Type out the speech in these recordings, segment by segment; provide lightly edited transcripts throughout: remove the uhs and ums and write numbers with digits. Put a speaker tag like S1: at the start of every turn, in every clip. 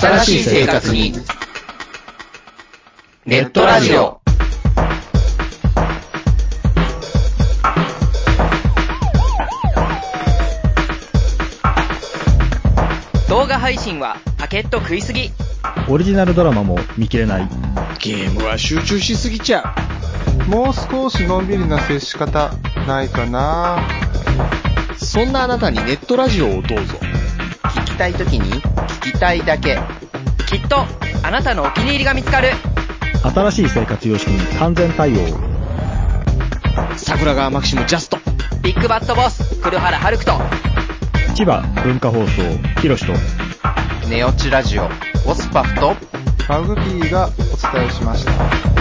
S1: 新しい生活にネットラジオ。
S2: 動画配信はパケット食いすぎ。
S3: オリジナルドラマも見切れない。
S4: ゲームは集中しすぎちゃ
S5: う。もう少しのんびりな接し方ないかな。
S4: そんなあなたにネットラジオをどうぞ。
S2: 聞きたいときに聞きたいだけ。きっとあなたのお気に入りが見つかる。
S3: 新しい生活様式に完全対応。
S4: 桜川マキシムジャスト。
S2: ビッグバットボス黒原遥人。
S3: 千葉文化放送ひろしと
S1: ネオチラジオオスパフと
S5: マグピーがお伝えしました。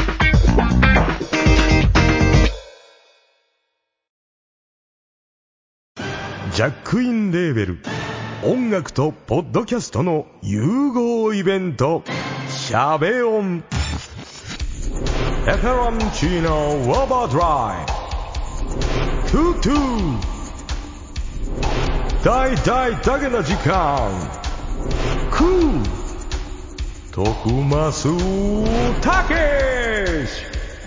S6: ジャックインレーベル音楽とポッドキャストの融合イベントシャベオンペペロンチーノウォーバードライトゥトゥ大大だけな時間クー徳増たけし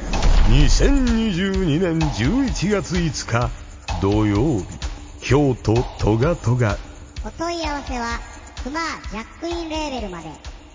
S6: 2022年11月5日土曜日京都トガトガ。
S7: お問い合わせはクマジャックインレーベルまで。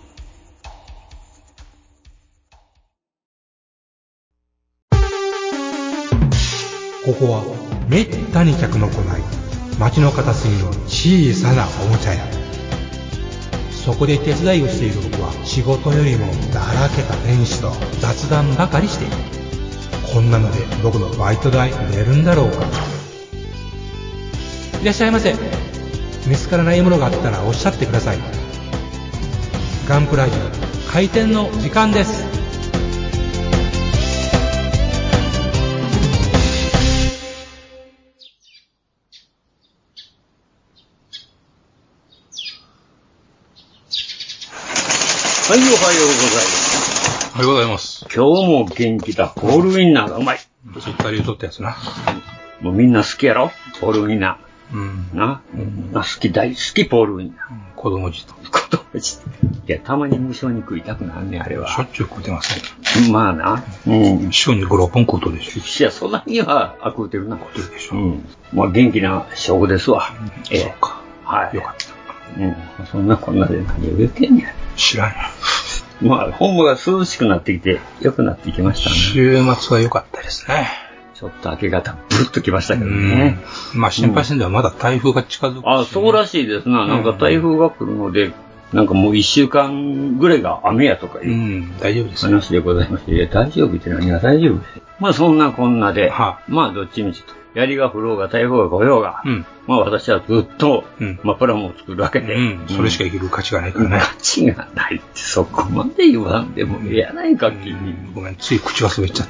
S8: ここはめったに客の来ない街の片隅の小さなおもちゃ屋。そこで手伝いをしている僕は仕事よりもだらけた店主と雑談ばかりしている。こんなので僕のバイト代出るんだろうか。いらっしゃいませ。見つからないものがあったらおっしゃってください。ガンプラジオ開店の時間です。
S9: はい、おはようございます。
S8: おはようございます。
S9: 今日も元気だ。ポールウインナーがうまい。
S8: ツイッターで言うとったやつな。
S9: もうみんな好きやろポールウインナー。
S8: うん。
S9: な、好き、大好き、ポールウインナー。
S8: 子供じと。
S9: 子供じと。いや、たまに無性に食いたくなるね、あれは。
S8: しょっちゅう食うてます
S9: ね。まあな。
S8: 週に5、6本食うとでしょ。
S9: いや、そんなには食うてるな。
S8: 食うてるでしょ。
S9: まあ元気な証拠ですわ。
S8: そうか。
S9: はい。
S8: よかった。
S9: そんなこんなで何を言ってんねん。
S8: 知らんよ。
S9: まあ、本部が涼しくなってきて、良くなってきましたね。
S8: 週末は良かったですね。
S9: ちょっと明け方、ブッときましたけどね。
S8: まあ、心配せんではまだ台風が近づく、ね。
S9: あ、そうらしいですな。なんか台風が来るので、なんかもう1週間ぐらいが雨やとかいう。
S8: 大丈夫です。
S9: 話でございまして、いや、大丈夫って何が大丈夫です。まあ、そんなこんなで、まあ、どっちみちと。槍が降ろうが台風が来ようが、まあ私はずっと、まあプラモを作るわけで、
S8: それしか生きる価値がないからね。
S9: 価値がないってそこまで言わんでもええやないか、君。
S8: ごめん、つい口が滑っちゃった。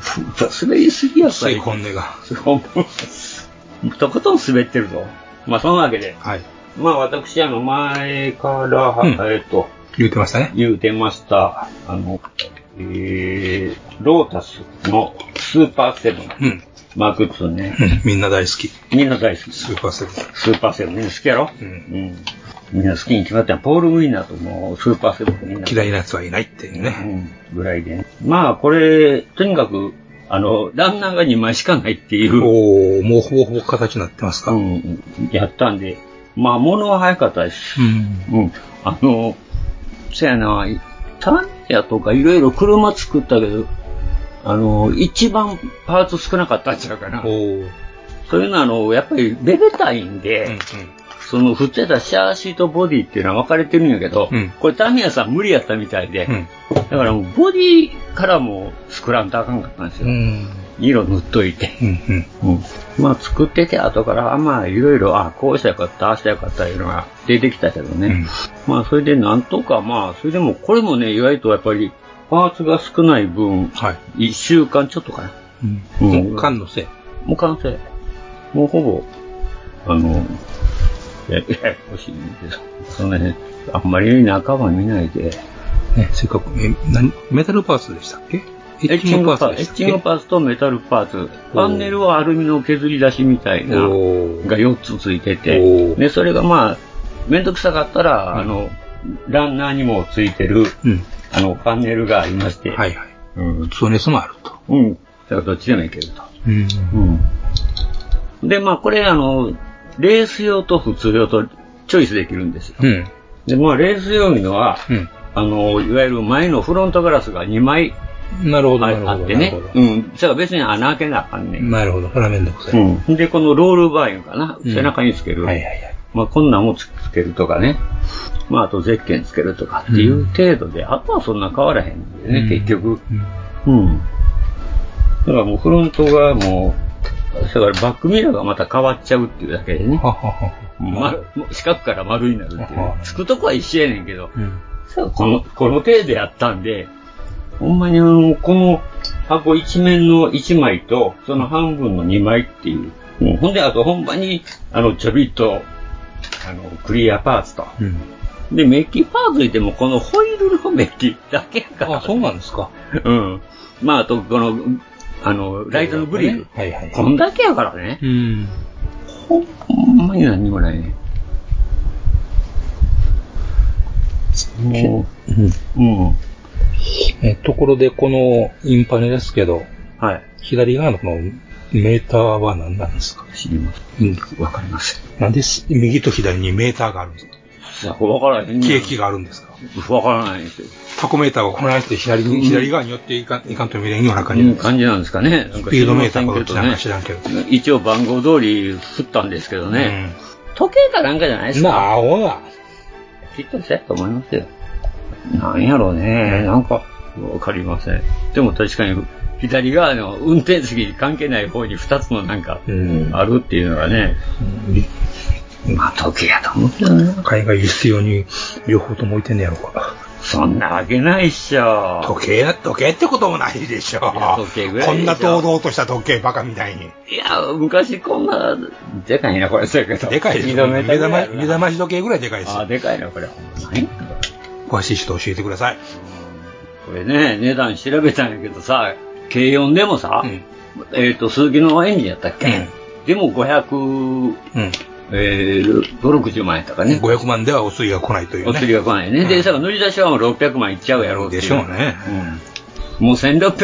S9: 滑りすぎや
S8: つい本音が。
S9: とことん滑ってるぞ。まあそのわけで、まあ私前から、
S8: 言うてましたね。
S9: 言うてました、ロータスのスーパーセブン。マーク2ね。
S8: みんな大好き。
S9: みんな大好き。
S8: スーパーセブン。
S9: スーパーセブンみんな好きやろみんな好きに決まったポールウインナーともスーパーセブンみんな。
S8: 嫌いな奴はいないっていうね。
S9: ぐらいでね。まあこれ、とにかく、ランナーが2枚しかないっていう。
S8: もうほぼほぼ形になってますか。
S9: やったんで、まあ物は早かったです。そやな、タミヤとかいろいろ車作ったけど、一番パーツ少なかったんちゃうかな。そういうのはやっぱりベベたいんで、振ってたシャーシーとボディっていうのは分かれてるんやけど、これタミヤさん無理やったみたいで、だからもうボディからも作らんとあかんかったんですよ。色塗っといて。まあ作ってて後からまあいろいろ、こうしたらよかった、ああしたらよかったいうのが出てきたけどね。まあそれでなんとかそれでもこれもね、意外とやっぱりパーツが少ない分、1週間ちょっとかな。
S8: もう完成。
S9: もう完成。もうほぼ、ややこしいんですけど、あんまり仲間見ないで。
S8: ね、せっかく、メタルパーツでしたっけ？
S9: エッチングパーツとメタルパーツ。パネルはアルミの削り出しみたいな、が4つついてて、で、それがまあ、めんどくさかったら、 ランナーにもついてる、パネルがありまして。
S8: はいはい。普通熱もあると。
S9: うん。だからどっちでもいけると。で、まあこれレース用と普通用とチョイスできるんですよ。で、まあレース用いうのは、いわゆる前のフロントガラスが2枚あってね。だから別に穴開けなあかんねん。
S8: なるほど。これはめんどくさい。
S9: で、このロールバーいうかな、背中につける。まあこんなんもつけるとかね。まああとゼッケンつけるとかっていう程度で、あとはそんな変わらへんんでね、結局。だからもうフロントがもう、だからバックミラーがまた変わっちゃうっていうだけでね。四角から丸になるっていう。つくとこは一緒やねんけど、この程度やったんで、ほんまにこの箱一面の1枚と、その半分の2枚っていう。ほんで、あとほんまに、ちょびっと、クリアパーツと。で、メッキパーツいても、このホイールのメッキだけやから。
S8: そうなんですか。
S9: まあ、あと、この、ライトのグリル。こんだけやからね。ほんまに何にもないね。
S8: ところで、このインパネですけど、左側のこのメーターは何なんですか？
S9: 知りません。わかりません。
S8: なんで右と左にメーターがあるんですか？
S9: わからない。
S8: ケーキがあるんですか？
S9: わからないんですよ。
S8: タコメーターがこないして左側に寄っていかんと見れんような感じ
S9: なんですかね。
S8: スピードメーターかどっちなんか知らんけど。
S9: 一応番号通り振ったんですけどね。時計かなんかじゃないですか。きっとそうやと思いますよ。なんやろうね。なんか、わかりません。でも確かに、左側の運転席に関係ない方に2つのなんか、あるっていうのがね。まあ、時計やと思うけどね。
S8: 海外輸出用に両方とも置いてんねやろうか。
S9: そんなわけないっしょ。
S8: 時計ってこともないでしょ。
S9: 時計ぐらい。
S8: こんな堂々とした時計バカみたいに。
S9: いや、昔こんな、でかいな、これ。そうやけど。
S8: でかいですよ。目覚まし時計ぐらいでかいですよ。
S9: でかいな、これ。何
S8: 詳しい人教えてください。
S9: これね、値段調べたんやけどさ、軽4でもさ、鈴木のエンジンやったっけ？でも500、60万円とかね。
S8: 500万ではお釣りが来ないというね。
S9: お釣りが来ないね。で、さ、乗り出しはもう600万いっちゃうやろうっていう。
S8: でしょうね。
S9: もう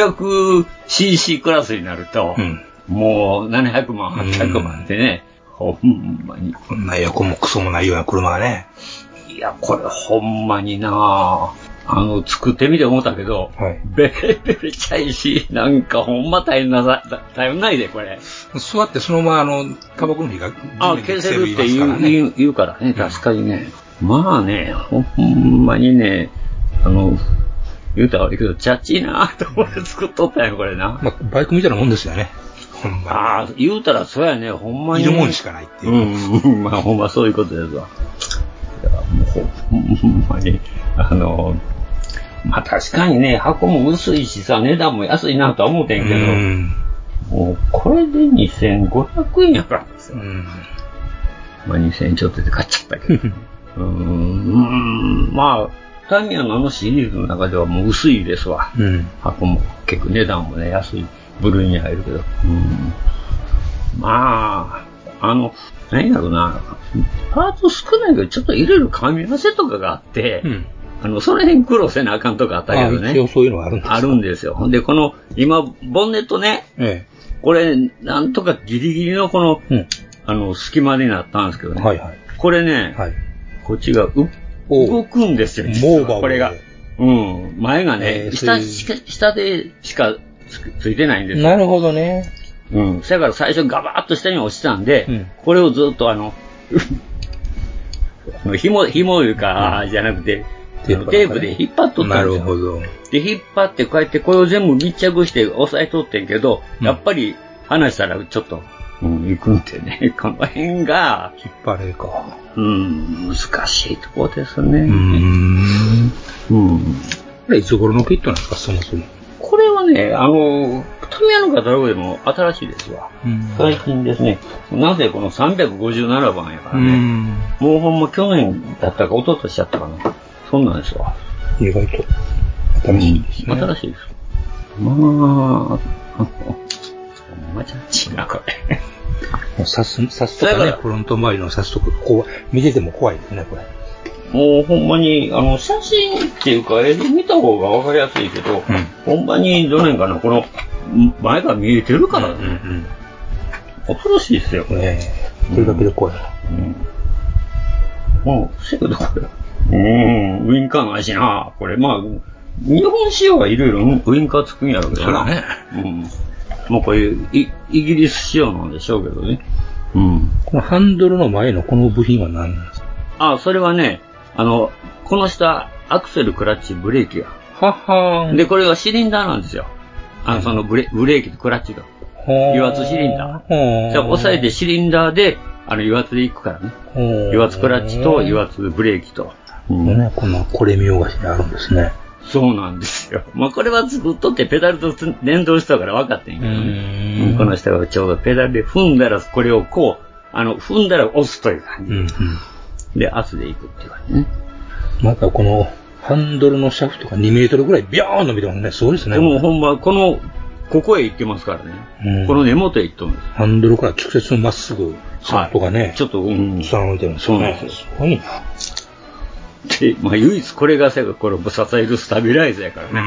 S9: 1600cc クラスになると、もう700万、800万ってね、ほんまに。
S8: こんな横もクソもないような車がね。
S9: いや、これほんまにな作ってみて思ったけど、ベレベレちゃいし、なんかほんま大変ないで、これ。
S8: 座ってそのままタバコの火が
S9: 消せるって言うからね、確かにね。まあね、ほんまにね、言うたら悪いけど、チャッチーなと思って作っとったんや、これな。
S8: まあ、バイクみたいなもんですよね。ほんま
S9: に。言うたらそうやね、ほんまに。
S8: いるもんしかないっていう。
S9: まあほんまそういうことですわ。いや、もうほんまに、まあ確かにね、箱も薄いしさ、値段も安いなとは思ってんけど、もうこれで2500円やからですよ。まあ2000円ちょっとで買っちゃったけど。まあ、タミヤのシリーズの中ではもう薄いですわ。箱も結構値段もね、安い部類に入るけど。まあ、何やろな、パーツ少ないけど、ちょっといろいろ噛み合わせとかがあって、その辺苦労せなあかんとかあったけどね。
S8: 一応そういうのがあるんですか？
S9: あるんですよ。ほんで、今、ボンネットね、これ、なんとかギリギリの隙間になったんですけどね。これね、こっちが動くんですよ、実はこれが。前がね、下でしかついてないんですよ。
S8: なるほどね。
S9: だから最初ガバーッと下に落ちたんで、これをずっと紐いうか、じゃなくて、テープで引っ張っとったんですよ。なるほど。で、引っ張ってこうやってこれを全部密着して押さえとってんけど、やっぱり離したらちょっと、行くんでね、この辺が、
S8: 引っ張れか。
S9: 難しいところですね。
S8: これいつ頃のキットなんですか、そもそも。
S9: これはね、タミヤのカタログでも新しいですわ。最近ですね。なぜこの357番やからね。もうほんま去年だったか一昨年やったかな。そんなんですわ。
S8: 意外と新しいですね。
S9: 新しいです。まあ、ほんまじゃ違う、これ。
S8: サスとかね、フロント周りのサスとか、見てても怖いですね、これ。
S9: もうほんまに、写真っていうか、絵で見た方がわかりやすいけど、ほんまに、どうなんかな、この、前が見えてるからね。恐ろしいですよ、これ。
S8: これだけで怖い。
S9: せやけどこれ。ウインカーないしな。これ、まあ、日本仕様はいろいろウインカーつくんやろうけどな。
S8: そうだね。
S9: もうこういうイギリス仕様なんでしょうけどね。
S8: このハンドルの前のこの部品は何なんですか？
S9: それはね、この下、アクセル、クラッチ、ブレーキが。
S8: ははー。
S9: で、これはシリンダーなんですよ。そのブレーキとクラッチが。油圧シリンダー。じゃあ、押さえてシリンダーで、油圧でいくからね。油圧クラッチと油圧ブレーキと。
S8: このこれ見よがしであるんですね。
S9: そうなんですよ。まあ、これはずっとってペダルと連動したから分かってんけどね。この下がちょうどペダルで踏んだらこれをこう、踏んだら押すという感じ。で、圧でいくっていう感じね。
S8: またこのハンドルのシャフトが2メートルぐらいビョーン伸びてますね。すごいですね。
S9: でもほんま、ここへ行ってますからね。この根元へ行ってます。
S8: ハンドルから直接まっすぐ、シャフトがね、
S9: ちょっと、
S8: 貫いてるんですよね。すごいな。
S9: で、まあ、唯一これがこれを支えるスタビライザーやからね。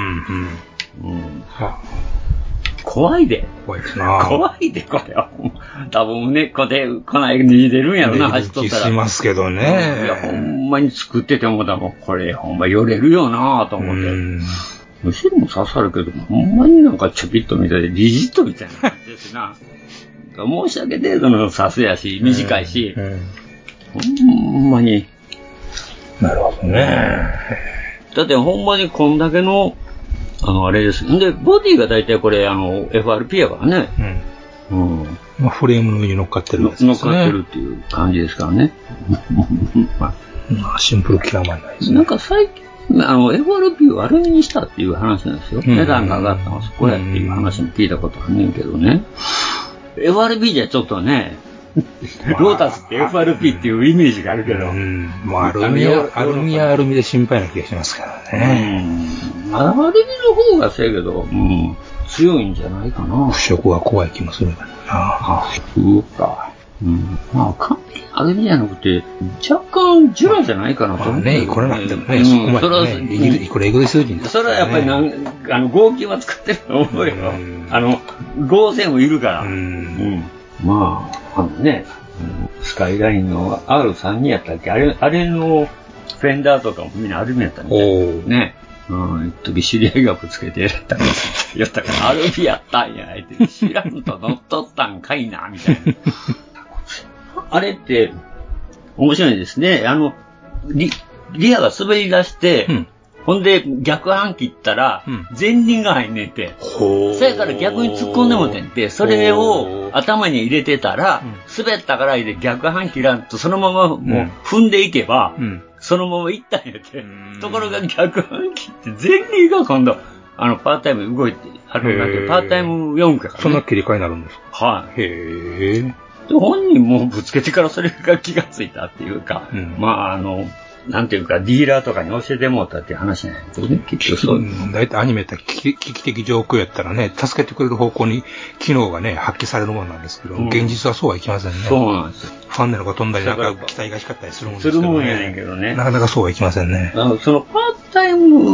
S9: 怖いで。
S8: 怖いですな。
S9: 怖いで、これは。多分ね、こないに出るんやろな、走っとったら。
S8: しますけどね。
S9: いや、ほんまに作ってて思ったら、これ、ほんま寄れるよなと思って。後ろも刺さるけど、ほんまになんかちょぴっとみたいで、リジットみたいな感じですな。申し訳程度の刺すやし、短いし、ほんまに。
S8: なるほどね。
S9: だってほんまにこんだけの、あれです。で、ボディが大体これ、FRP やからね。
S8: まあ、フレームの上に乗っかってるんですね。
S9: 乗っかってるっていう感じですからね。
S8: まあ、シンプル極まりないですね。
S9: なんか最近、FRP をアルミにしたっていう話なんですよ。値段が上がったのはそこやっていう話も聞いたことあるねんけどね。FRP じゃちょっとね、ロータスって FRP っていうイメージがあるけど。
S8: もうアルミはアルミで心配な気がしますからね。
S9: アルミの方がせやけど、強いんじゃないかな。
S8: 腐食は怖い気もするからな。
S9: そうか。まあ、完璧にアルミじゃなくて、若干ジュラじゃないかなと思う。
S8: まあね、これなんてもね、そこまでね、いくらエグリス数字に。
S9: それはやっぱり合金は使ってると思うよ。合成もいるから。まあ、スカイラインの R32 やったっけあれのフェンダーとかもみんなアルミやったみたいね。一時知り合いがぶつけてやったからアルミやったんや、って知らんと乗っとったんかいな、みたいな。あれって、面白いですね。リアが滑り出して、ほんで逆半切ったら、前輪が入んねんて。そやから逆に突っ込んでもてんて、それを頭に入れてたら、滑ったからいで逆半切らんと、そのままもう踏んでいけば、そのまま行ったんやて。ところが逆半切って、前輪が今度、パータイム動いて、パータイム4回から、ね。
S8: そんな切り替えになるんですか？
S9: はい。
S8: へえ。
S9: で、本人もぶつけてからそれが気がついたっていうか、まあなんていうか、ディーラーとかに教えてもらったっていう話なんやけどね、結局そう。
S8: だいたいアニメって危機的状況やったらね、助けてくれる方向に機能がね、発揮されるものなんですけど、現実はそうはいきませんね。
S9: そうなんですよ。
S8: ファンネルが飛んだり、なんか機体が光ったりするもんです
S9: けどね。するもんやねんけどね。
S8: なかなかそうはいきませんね。
S9: そのパータイム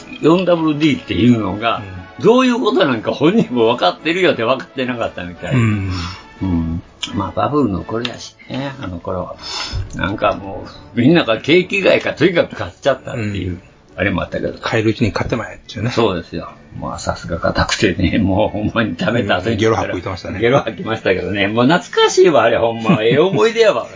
S9: 4WD っていうのが、どういうことなんか本人も分かってるよって分かってなかったみたい。まあ、バブルの頃やしね、あの頃は。なんかもう、みんなが景気外かとにかく買っちゃったっていう、あれもあったけど。
S8: 買えるうちに買ってまえっていうね。
S9: そうですよ。まあ、さすが硬くてね、もうほんまに食べた後に。
S8: ゲロ吐いてましたね。
S9: ゲロ吐きましたけどね。もう懐かしいわ、あれほんま。ええ思い出やわ。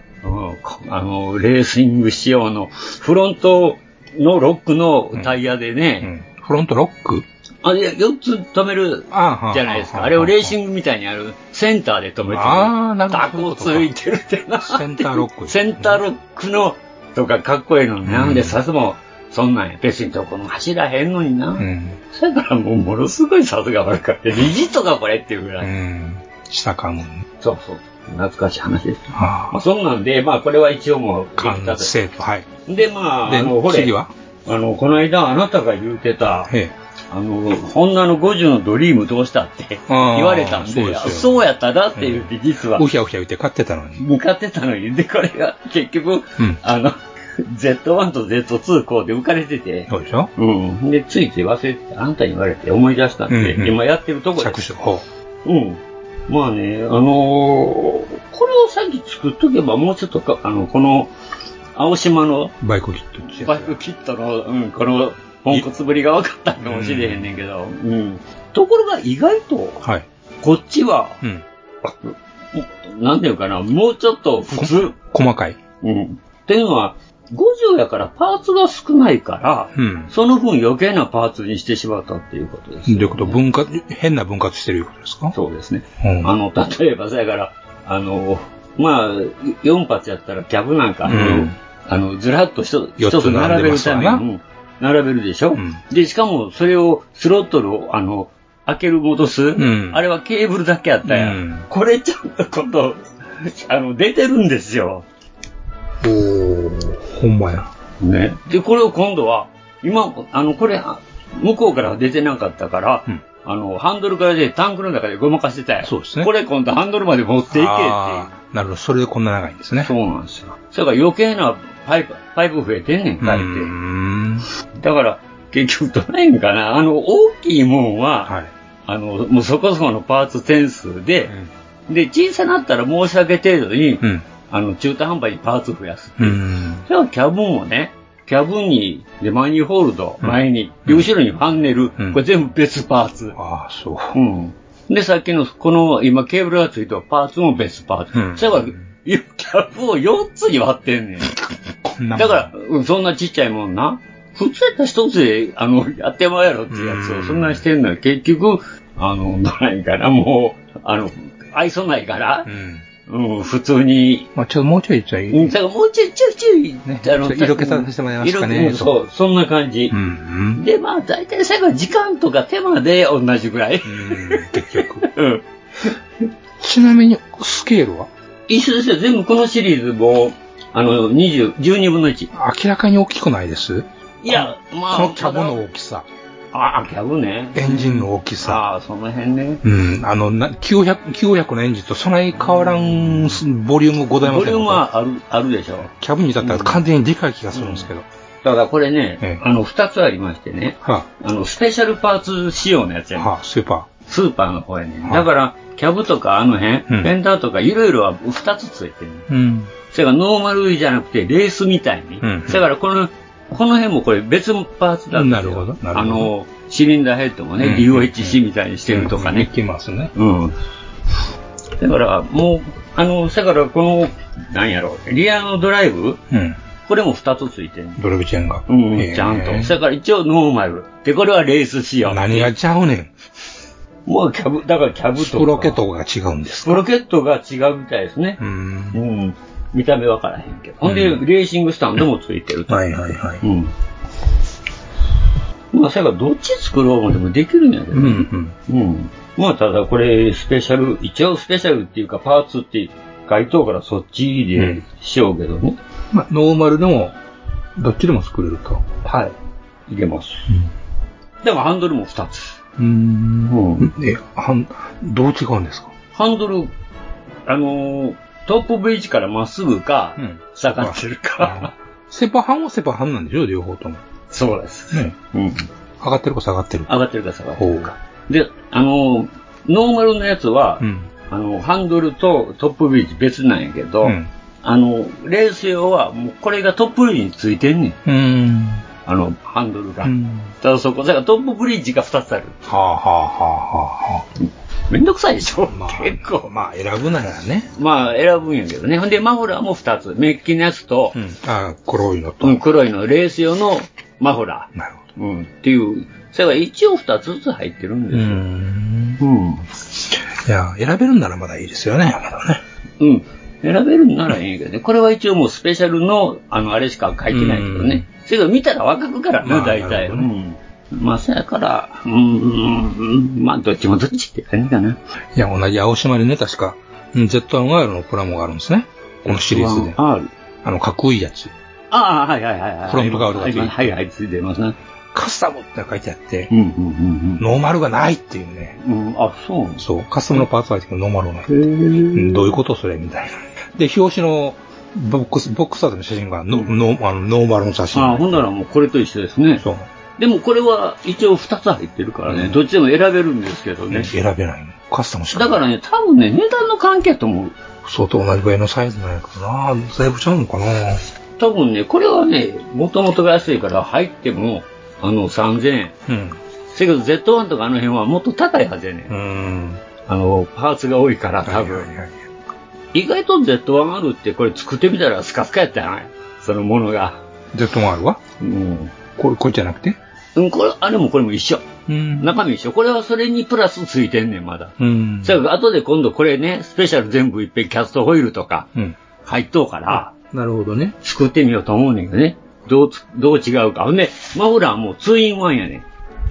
S9: レーシング仕様の、フロントのロックのタイヤでね。
S8: フロントロック？
S9: いや、4つ止めるじゃないですか。あれをレーシングみたいにセンターで止めてる。タコついてるってな。
S8: センターロック。
S9: センターロックのとかかっこいいのになんでさすもそんなんや。別にどこも走らへんのにな。それからもうものすごいさすが悪かって、リジットかこれっていうぐらい。
S8: 下かも。
S9: そうそう。懐かしい話です。まあそんなんで、まあこれは一応もう
S8: 完成と。はい。
S9: で、まあ、
S8: 次は
S9: この間あなたが言うてた、ホンダの50のドリームどうしたって言われたんで、そうやったなって言って実は。
S8: うひゃうひゃ言って買ってたのに。
S9: 買ってたのに。で、これが結局、 Z1 と Z2 こうで浮かれてて。
S8: そうでしょ？
S9: うん。で、ついつい忘れてて、あんたに言われて思い出したんで、今やってるとこです。
S8: 着手。
S9: うん。まあね、これをさっき作っとけば、もうちょっとこの、青島の、
S8: バイクキットって
S9: バイクキットの、この、ポンコツぶりが分かったかもしれへんねんけど、ところが意外と、こっちは、なんていうかな、もうちょっと普通。
S8: 細かい。
S9: っていうのは、50やからパーツが少ないから、その分余計なパーツにしてしまったっていうことです、ね。
S8: どういうこと変な分割してるいうことですか？
S9: そうですね。例えば、そやから、まあ、4発やったらキャブなんか、ずらっと一つ並べるために、並べるでしょ、で、しかもそれを、スロットルを、開ける戻す、あれはケーブルだけやったやん。これちゃんと出てるんですよ。
S8: ほんまや。
S9: ね。で、これを今度は、今、これ、向こうから出てなかったから、ハンドルからでタンクの中でごまかしてたやん。
S8: そうですね。
S9: これ今度ハンドルまで持っていけっていう。
S8: なるほど。それでこんな長いんですね。
S9: そうなんですよ。それから余計なパイプ増えてんねん、書いて。だから、結局どないんかな。大きいもんは、もうそこそこのパーツ点数で、で、小さなったら申し訳程度に、中途半端にパーツ増やすっていう。それはキャブもね、キャブに、で、マニーホールド、前に、後ろにファンネル、これ全部別パーツ。
S8: ああ、そう。
S9: で、さっきの、今ケーブルがついたパーツも別パーツ。それから、キャブを4つに割ってんねん。だから、そんなちっちゃいもんな。普通やったら一つで、やってまうやろっていうやつを、そんなしてんのよ。結局、どないかな、もう、愛想ないから、普通に。
S8: まあ、もうちょいちょい。
S9: だからもうちょい、
S8: ね、色気させてもらいますかね。
S9: そう、そんな感じ。で、まあ、大体最後は時間とか手間で同じぐらい。
S8: 結局。ちなみに、スケールは
S9: 一緒ですよ。全部このシリーズも、12分の1。
S8: 明らかに大きくないです？
S9: いや、まあ。
S8: このキャブの大きさ。
S9: あ、キャブね。
S8: エンジンの大きさ。
S9: ああ、その辺ね。
S8: 900のエンジンとそんなに変わらんボリュームございませんか？
S9: ボリュームはあるでしょ。
S8: キャブに至ったら完全にでかい気がするんですけど。
S9: だからこれね、2つありましてね。スペシャルパーツ仕様のやつやね。
S8: スーパ
S9: ーの方やね。だから、キャブとか辺、フェンダーとかいろいろは2つついてるね。それからノーマルじゃなくてレースみたいに。だからこの辺もこれ別のパーツだったんですよ。なるほど。シリンダーヘッドもね、DOHC みたいにしてるとかね。
S8: いきますね。
S9: だから、もう、だからこの、なんやろ、リアのドライブ、これも2つついてる。
S8: ドライブチェーンが。
S9: ちゃんと。だから一応ノーマル。で、これはレース仕様。
S8: 何がちゃうね
S9: ん。もうだからキャブとか。
S8: スプロケットが違うんですか？
S9: スプロケットが違うみたいですね。見た目わからへんけど。ほんで、レーシングスタンドもついてると。まあ、それからどっち作ろうもでもできるんやけどね。まあ、ただこれ、一応スペシャルっていうか、パーツって書いとうからそっちでしようけどね。
S8: まあ、ノーマルでも、どっちでも作れると。
S9: はい。いけます。でもハンドルも2つ。
S8: どう違うんですか？
S9: ハンドル、トップブリッジからまっすぐか、下がってるか。
S8: セパハンはセパハンなんでしょ？両方とも。
S9: そうです。
S8: ね。上がってるか下がってるか。
S9: 上がってるか下がってるか。で、ノーマルのやつは、ハンドルとトップブリッジ別なんやけど、レース用は、もうこれがトップブリッジについてんねん。ハンドルが。ただそこ、だからトップブリッジが2つある。めんどくさいでしょ、結構。
S8: まあ、選ぶならね。
S9: まあ、選ぶんやけどね。ほんで、マフラーも2つ。メッキのやつと、
S8: 黒いのと。
S9: 黒いの、レース用のマフラー。
S8: なるほど。
S9: っていう、それが一応2つずつ入ってるんですよ。
S8: いや、選べるんならまだいいですよね。
S9: 選べるんならいいけどね。これは一応もうスペシャルの、あれしか書いてないけどね。それが見たらわかるからね、大体。まあ、そやから、まあ、どっちもどっちって感じかな。
S8: いや、同じ青島でね、確か、Z1R のプラモがあるんですね。このシリーズで。かっこいいやつ。
S9: はい。
S8: フロントガードがついて
S9: はい、ついてますね。
S8: カスタムって書いてあって、ノーマルがないっていうね。
S9: そう。
S8: カスタムのパーツが入ってるけどノーマルがない。どういうことそれみたいな。で、表紙のボックスアウトの写真がノーマルの写真。
S9: ほんならもうこれと一緒ですね。
S8: そう。
S9: でもこれは一応2つ入ってるからね、どっちでも選べるんですけどね。
S8: 選べないの。カスタムしか
S9: だからね、多分ね、値段の関係だと思う。
S8: 相当同じぐらいのサイズなんやけどな。だいぶちゃうのかな。
S9: 多分ね、これはね、もともとが安いから入っても、3000円。うん。だけど Z1 とかあの辺はもっと高いはずやね。パーツが多いから多分。意外と Z1R ってこれ作ってみたらスカスカやったやないそのものが。
S8: Z1R はこれじゃなくて
S9: あれもこれも一緒。中身一緒。これはそれにプラスついてんねん、まだ。それから後で今度これね、スペシャル全部いっぺんキャストホイールとか、入っとうから、
S8: なるほどね。
S9: 作ってみようと思うねんけどね。どう違うか。ほんで、マフラーも2 in 1やねん。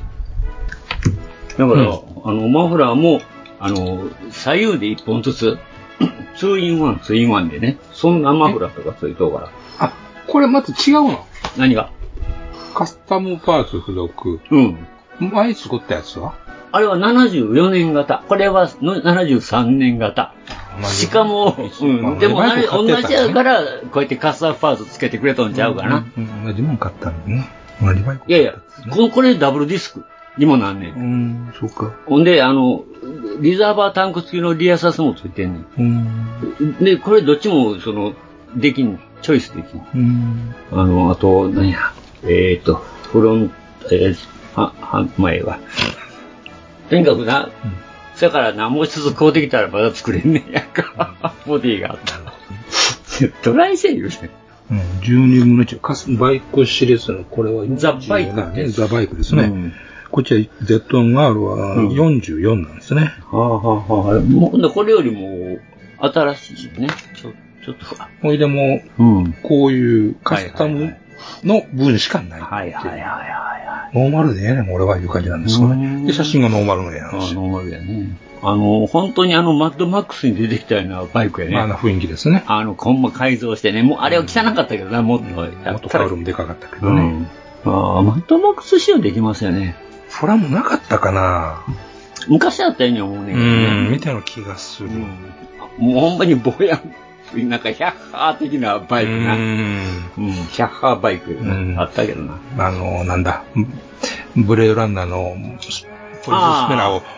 S9: だから、マフラーも、左右で1本ずつ、2 in 1、2 in 1でね、そんなマフラーとかついとうから。
S8: これまた違うの？
S9: 何が？
S8: カスタムパーツ付属。前作ったやつは？あ
S9: れは74年型。これは73年型。しかも、でも同じやから、こうやってカスタムパーツつけてくれとんちゃうかな。
S8: 同じもん買ったのね。同じバイク。
S9: いやいや、これダブルディスクにもなんねん。
S8: そうか。
S9: ほんで、リザーバータンク付きのリアサスもついてんねん。で、これどっちも、チョイスできん。あと、何や、フロント、前は。とにかくな、そやからな、もう一つ買うてきたらまだ作れんねんやんか。ボディがあったら。ドライセールね。
S8: 12分の1。バイクシリーズの、これは
S9: ザ・バイク
S8: ね。ザ・バイクですね。こっちは Z1R は44なんですね。
S9: これよりも新しいしね。ちょっと。
S8: ほいでも、こういうカスタムの分しかない。ノーマルでええねん、俺はいう感じなんですよね。で、写真がノーマルのやんし。
S9: ノーマルやね。本当にマッドマックスに出てきたようなバイクやね。
S8: 雰囲気ですね。
S9: ほんま改造してね。もうあれは汚かったけどな、もっと。
S8: もっとカウルもでかかったけどね。
S9: マッドマックス仕様できますよね。
S8: フラもなかったかな。
S9: 昔あったように思うねんけどね。
S8: みたいな気がする。
S9: もうほんまにボヤン、なんかヒャッハー的なバイクな。ヒャッハーバイクあったけどな。
S8: なんだ、ブレードランナーのポリススピナーを、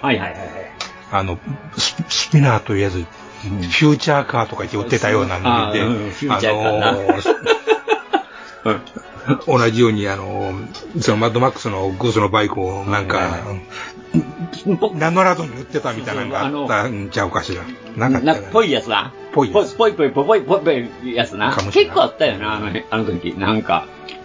S8: スピナーと言えず、フューチャーカーとか言って売ってたようなので、同じようにそのマッドマックスのグースのバイクをなんか、ナノラドに売ってたみたいなのがあったんちゃうかしら。なかったよね。
S9: ぽいやつな。ぽいやつな。結構あったよな、あの時。なんか、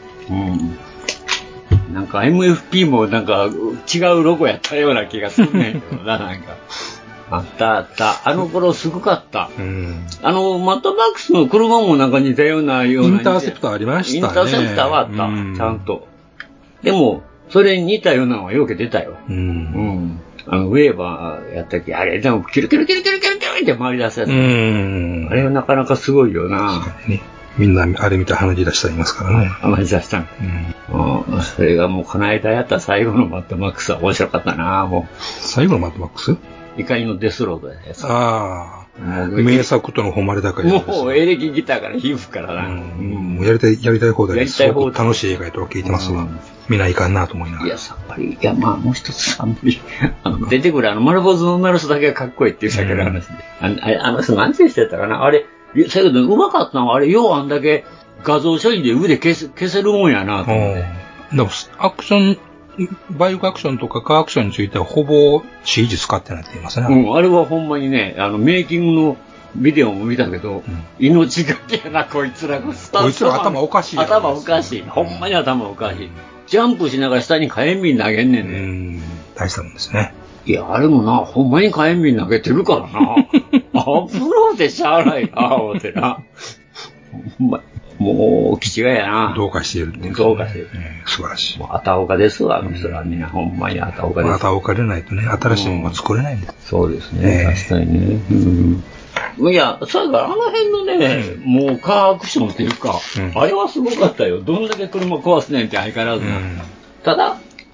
S9: なんか MFP もなんか違うロゴやったような気がするねんけどな、なんか。あった。あの頃すごかった。マッドマックスの車もなんか似たような
S8: インターセプターありましたね。
S9: インターセプターはあった。ちゃんと。でも、それに似たようなのはよく出たよ。ウェーバーやったっけあれ、でも、キルキルって回り出すやつ。あれはなかなかすごいよな。
S8: みんなあれ見て鼻血出したりいますからね。
S9: 鼻血出したん。それがもうこの間やった最後のマッドマックスは面白かったな、もう。
S8: 最後のマッドマックス？
S9: 怒りのデスロードやつ。
S8: 名作との誉れ高いやつ。
S9: もうエレキギターから皮膚からな。
S8: もうやりたい放題です。すごく楽しい映画と聞いてますわ。見ないかんなと思いながら。
S9: いや、さっぱり。いや、まあ、もう一つあんまり、出てくる丸坊主の女の人だけがかっこいいっていうだけの話で。あの人何てしてたかなあれ、だけどうまかったのはあれ、ようあんだけ画像処理で腕消せるもんやなと思って。
S8: でも、アクション、バイクアクションとかカーアクションについてはほぼ CG 使ってないって言いますね。
S9: あれはほんまにね、メイキングのビデオも見たけど、命がけやな、こいつらが。
S8: こいつら頭おかしい。
S9: 頭おかしい。ほんまに頭おかしい。ジャンプしながら下に火炎瓶投げんねんね。
S8: 大したもんですね。
S9: いや、あれもな、ほんまに火炎瓶投げてるからな。プロでしゃあないな、思ってな。ほんま、もう、気違いやな。
S8: どうかしてるね。
S9: どうかしてる。
S8: 素晴らしい。
S9: もう、あたおかですわ、あの人らみんな。ほんまにあたおかです。
S8: あたおかでないとね、新しいものが作れないんです。
S9: そうですね。確かにね。いや、そうやから、あの辺のね、もうカーアクションっていうか、あれはすごかったよ。どんだけ車壊すねんって相変わらず。ただ、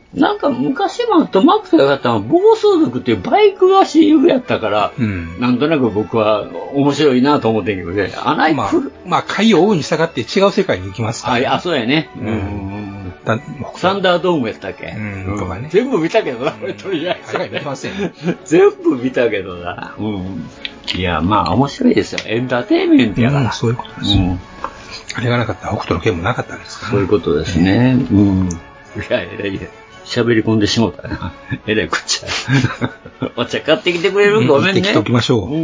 S9: なんか昔もトマクトがやったのは暴走族っていうバイクが主流やったから、なんとなく僕は面白いなと思ってんけどね。
S8: まあ、回を追うに従って違う世界に行きますから、ね。
S9: そうやね。サンダードームやったっけ、とかね。全部見たけどな、これとりあえず。見ません。全部見たけどな。いや、まあ面白いですよ。エンターテインメントやから。
S8: そういうことです。あれがなかったら北斗の拳もなかったわけですから、
S9: ね。そういうことですね。いや、喋り込んでしもうたな。えらいこっちゃ。お茶買ってきてくれる？ごめんね。
S8: 買ってきておきましょう。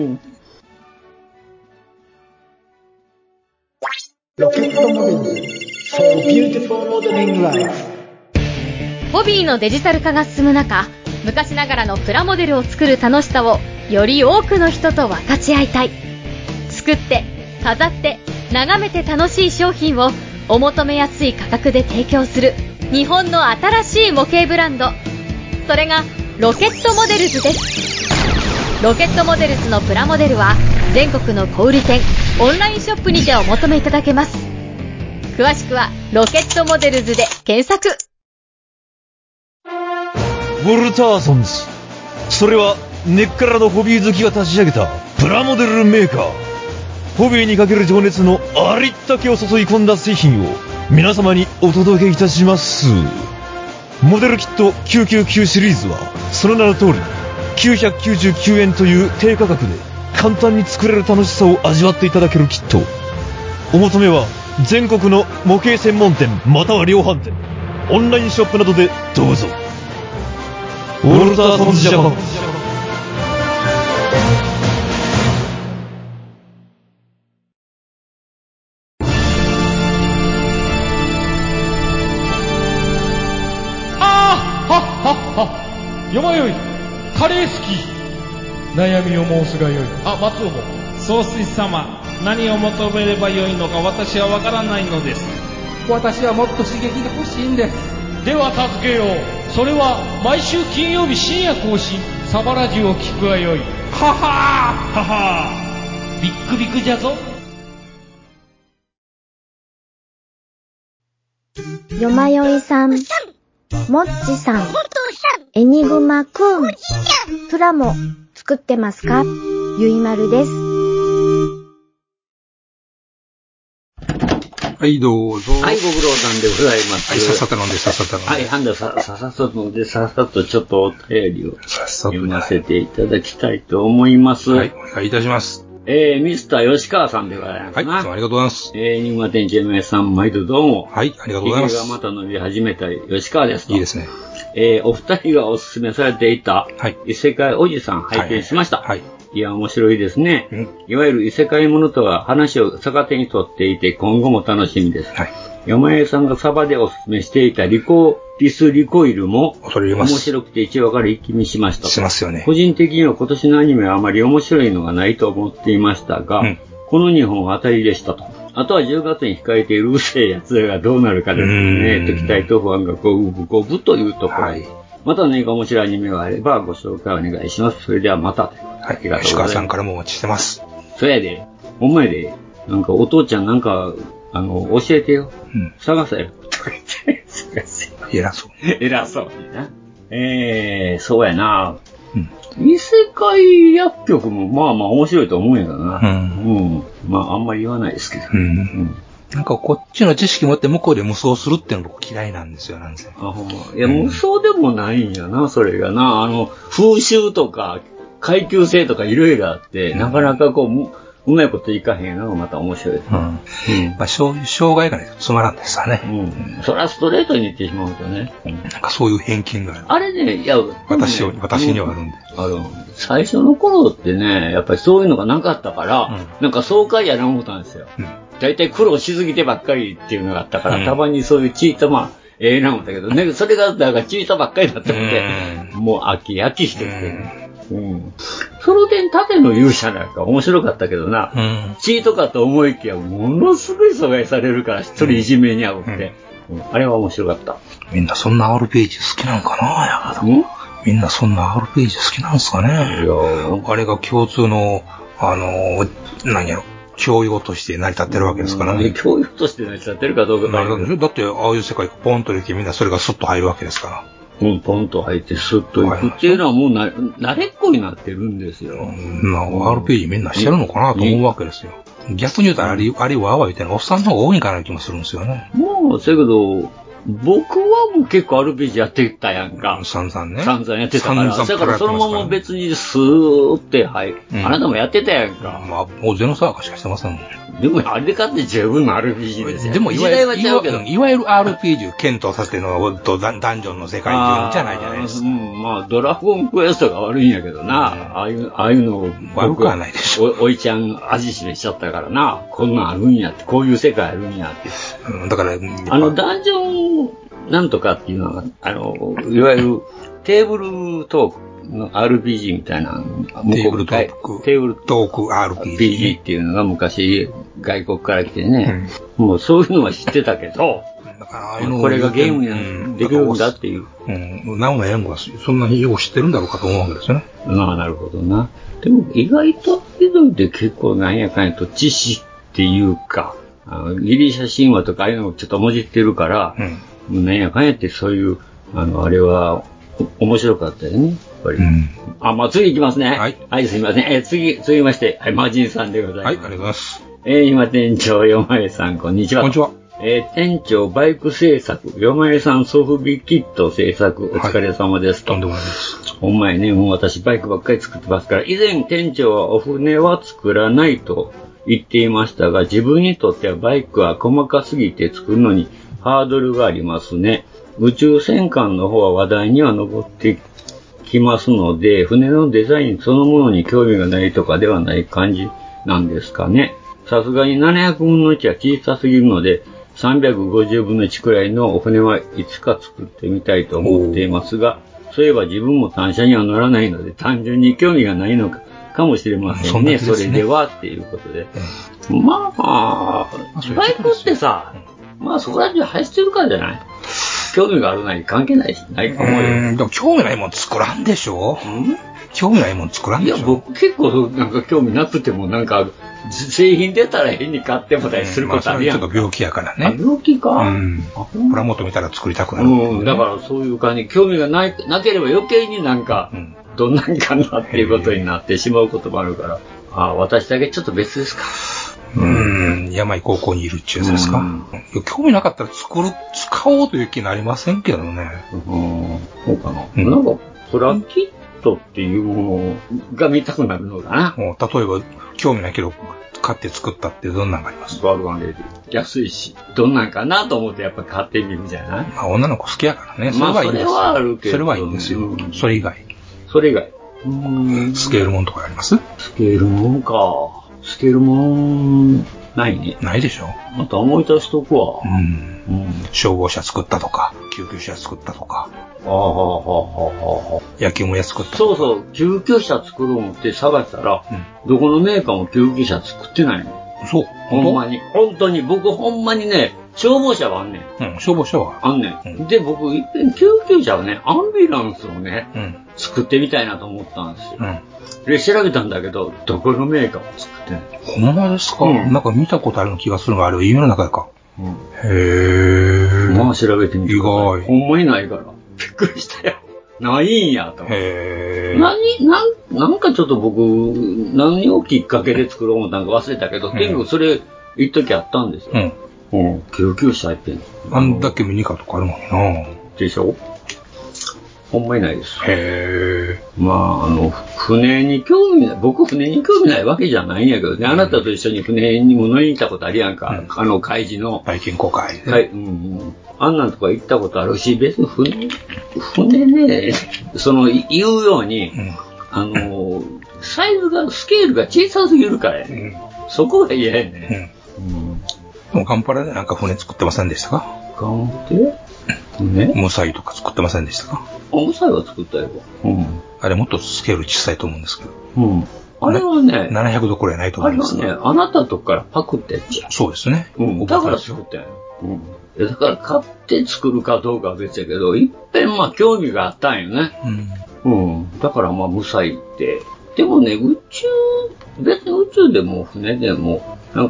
S10: ロケットモデル for beautiful modeling life。
S11: ホビーのデジタル化が進む中、昔ながらのプラモデルを作る楽しさをより多くの人と分かち合いたい。作って、飾って、眺めて楽しい商品をお求めやすい価格で提供する日本の新しい模型ブランド。それがロケットモデルズです。ロケットモデルズのプラモデルは全国の小売店、オンラインショップにてお求めいただけます。詳しくはロケットモデルズで検索。
S12: ウォルターソンズ、それは根っからのホビー好きが立ち上げたプラモデルメーカー。ホビーにかける情熱のありったけを注ぎ込んだ製品を皆様にお届けいたします。モデルキット999シリーズはその名の通り999円という低価格で簡単に作れる楽しさを味わっていただけるキット。お求めは全国の模型専門店または量販店、オンラインショップなどでどうぞ。ウォルターソンズジャパン。
S13: よまよい、カレー好き。悩みを申すがよい。松尾も。総帥様、何を求めればよいのか私はわからないのです。
S14: 私はもっと刺激が欲しいんです。
S13: では助けよう。それは毎週金曜日深夜更新、サバラジュを聞くがよい。ははーははー、ビックビックじゃぞ。
S15: よまよいさん、もっちさん、エニグマくん、プラモ作ってますか？ゆいまるです。
S8: はい、どうぞ。
S9: はい、ご苦労さんでございます。
S8: はい、さっさと飲んで、さっさと飲んで。
S9: はい、さっさと飲んで、さっさとちょっとお便りを読ませていただきたいと思います。
S8: はい、お願いいたします。
S9: ミスター吉川さんでございます。
S8: はい、いつもありがとうございます。
S9: 新潟店長のさん、毎度どうも。
S8: はい、ありがとうございます。
S9: がまた伸び始めた吉川です。
S8: いいですね。
S9: お二人がおすすめされていた、異世界おじさん拝見しました。はい。いや、面白いですね。いわゆる異世界ものとは話を逆手に取っていて、今後も楽しみです。はい。山江さんがサバでおすすめしていたリスリコイルも面白くて1話から一気見しました。
S8: しますよね。
S9: 個人的には今年のアニメはあまり面白いのがないと思っていましたが、この2本は当たりでしたと。あとは10月に控えているうるせえやつらがどうなるかですね。期待と不安が五分というところ。はい。また何か面白いアニメがあればご紹介お願いします。それではまた。はい。
S8: ありがとうございます。吉川さんからもお待ちしてます。
S9: そうやで。ほんまやで。なんかお父ちゃんなんか、教えてよ。探せよ。
S8: 偉そう。
S9: 偉そうにな。そうやな。異世界薬局もまあまあ面白いと思うんやけどな。まああんまり言わないですけど。
S8: なんかこっちの知識持って向こうで無双するっていうの僕嫌いなんですよ、なんせ。
S9: ほんま。いや、無双でもないんやな、それがな。風習とか、階級制とかいろいろあって、なかなかこうまいこといかへんのがまた面白い。
S8: まあ、障害がないとつまらんですわね。
S9: それはストレートに言ってしまうとね。
S8: なんかそういう偏見がある。
S9: あれね、いや、
S8: 私にはあるんで。
S9: 最初の頃ってね、やっぱりそういうのがなかったから、なんか爽快やな思ったんですよ。だいたい苦労しすぎてばっかりっていうのがあったから、たまにそういうチート、まあ、な思ったけどね、それが、だからチートばっかりだったので、もう飽きしてきて、その点、縦の勇者なんか面白かったけどな、チートかと思いきや、ものすごい阻害されるから、一人いじめに遭うって、あれは面白かった。
S8: みんなそんな RPG 好きなのかな、やかみんなそんな RPG 好きなんですかね。いやあれが共通の、何やろ。教養として成り立ってるわけですからね。
S9: 教養として成り立ってるかどうか。
S8: だって、ああいう世界ポンと出てみんなそれがスッと入るわけですか
S9: ポンと入ってスッといくっていうのはもう慣れっこになってるんですよ。
S8: RPG みんなしてるのかなと思うわけですよ。逆に言うとあれわーわー言ってるのおっさんの方が多いんかな気もするんですよね。
S9: もう、せやけど、僕はもう結構 RPG やってたやんか。
S8: 散々ね。
S9: 散々やってたから。だからそのまま別にスーって、はい。あなたもやってたやんか。
S8: まあ、もうゼノサーカしかしてませんもん。
S9: でも、あれで買って十分の RPG ですよ。
S8: でも、
S9: 時代は違うけど。
S8: いわゆる RPG 検討させてのダンジョンの世界じゃないじゃないですか。
S9: まあ、ドラゴンクエストが悪いんやけどな。ああいうのを。
S8: 悪くはないでしょ。
S9: おいちゃん味しめしちゃったからな。こんなんあるんやって、こういう世界あるんやって。
S8: だから、
S9: ダンジョンなんとかっていうのは、いわゆるテーブルトークの RPG みたいな、
S8: テーブルトーク
S9: RPG っていうのが昔外国から来てね、もうそういうのは知ってたけど、これがゲームにできるんだっていう。
S8: なおのやんがそんなによく知ってるんだろうかと思うわけですよね。
S9: まあなるほどな。でも意外とヒドで結構なんやかんやと知識っていうか、ギリシャ神話とかああいうのをちょっともじってるから、なんやかんやってそういう、あれは、面白かったよね、やっぱり。まあ、次行きますね。はい、すみません。続きまして、はい、マジンさんでございます。
S8: はい、ありがとうございます。
S9: 今、店長、よまえさん、こんにちは。
S8: こんにちは。
S9: 店長、バイク製作、よまえさん、ソフビキット製作、お疲れ様ですと。
S8: とんでもないです。
S9: ほんまやね、もう私バイクばっかり作ってますから、以前店長はお船は作らないと言っていましたが、自分にとってはバイクは細かすぎて作るのにハードルがありますね。宇宙戦艦の方は話題には上ってきますので、船のデザインそのものに興味がないとかではない感じなんですかね。さすがに700分の1は小さすぎるので、350分の1くらいのお船はいつか作ってみたいと思っていますが、そういえば自分も単車には乗らないので、単純に興味がないのかもしれませんね。それでは、っていうことで。まあ、バイクってさ、まあそこら中走ってるからじゃない？興味があるない関係ないし、ないと思うよ。
S8: でも興味ないもん作らんでしょ？興味ないもん作らんでしょ？
S9: いや、僕結構なんか興味なくてもなんか、製品出たら変に買ってもたりすることあるやん。
S8: ちょっと病気やからね。
S9: 病気か。
S8: プラモット見たら作りたくなる。
S9: だからそういう感じ、興味がなければ余計になんか、どんなんかなっていうことになってしまうこともあるから、私だけちょっと別ですか。
S8: 山井高校にいるっちゅうやつですか。興味なかったら使おうという気になりませんけどね。
S9: そうかな。なんか、プラキットっていうものが見たくなるのかな。
S8: 例えば、興味ないけど、買って作ったってどんなんがあります？
S9: バルガンレディ。安いし、どんなんかなと思ってやっぱ買ってみるじゃない？
S8: まあ女の子好きやからね。
S9: それはいいです。それはあるけど。
S8: それはいいんですよ。それ以外。スケールモンとかあります？
S9: スケールモンか。スケールもないね。
S8: ないでしょ。
S9: また思い出しとくわ。
S8: 消防車作ったとか、救急車作ったとか。野球もや作ったとか。
S9: そうそう、救急車作ろう思って探したら、どこのメーカーも救急車作ってないの。
S8: そう。
S9: ほんまに。本当に、僕ほんまにね、消防車はあんね
S8: ん。消防車は
S9: あんねん。で、僕、いっぺん救急車をね、アンビュランスをね、作ってみたいなと思ったんですよ。で、調べたんだけど、どこのメーカーも作ってない。
S8: ほんまですか？なんか見たことあるの気がするが、あれは夢の中やか。へ
S9: まあ調べてみて。
S8: 意外。
S9: ほんまにないから。びっくりしたよ。ないんやと。なんかちょっと僕、何をきっかけで作ろう思ったんか忘れたけど、結構それ、一時あったんですよ。救急車入ってんの。
S8: あんだけミニカーとかあるのにな。
S9: でしょ？ほんまにないです。
S8: へ
S9: ー。まあ、船に興味ない。僕、船に興味ないわけじゃないんやけどね。あなたと一緒に船にも乗りに行ったことあるやんか。海事の。
S8: 体験公開で。
S9: はい。あんなんとか行ったことあるし、別に船ね、言うように、サイズが、スケールが小さすぎるからやね。そこが嫌やね。
S8: でもガンパラでなんか船作ってませんでしたか？
S9: ガンって
S8: 無彩とか作ってませんでしたか？
S9: 無彩は作ったよ。
S8: あれもっとスケール小さいと思うんですけど。
S9: あれはね、
S8: 700度くらいないと思うんです
S9: けど。あれはね、あなたとこからパクってやっちゃう。
S8: そうですね。
S9: だから作ったよ。だから買って作るかどうかは別やけど、いっぺんまあ興味があったんよね。だからまあ無彩って。でもね、別に宇宙でも船でも、なんか、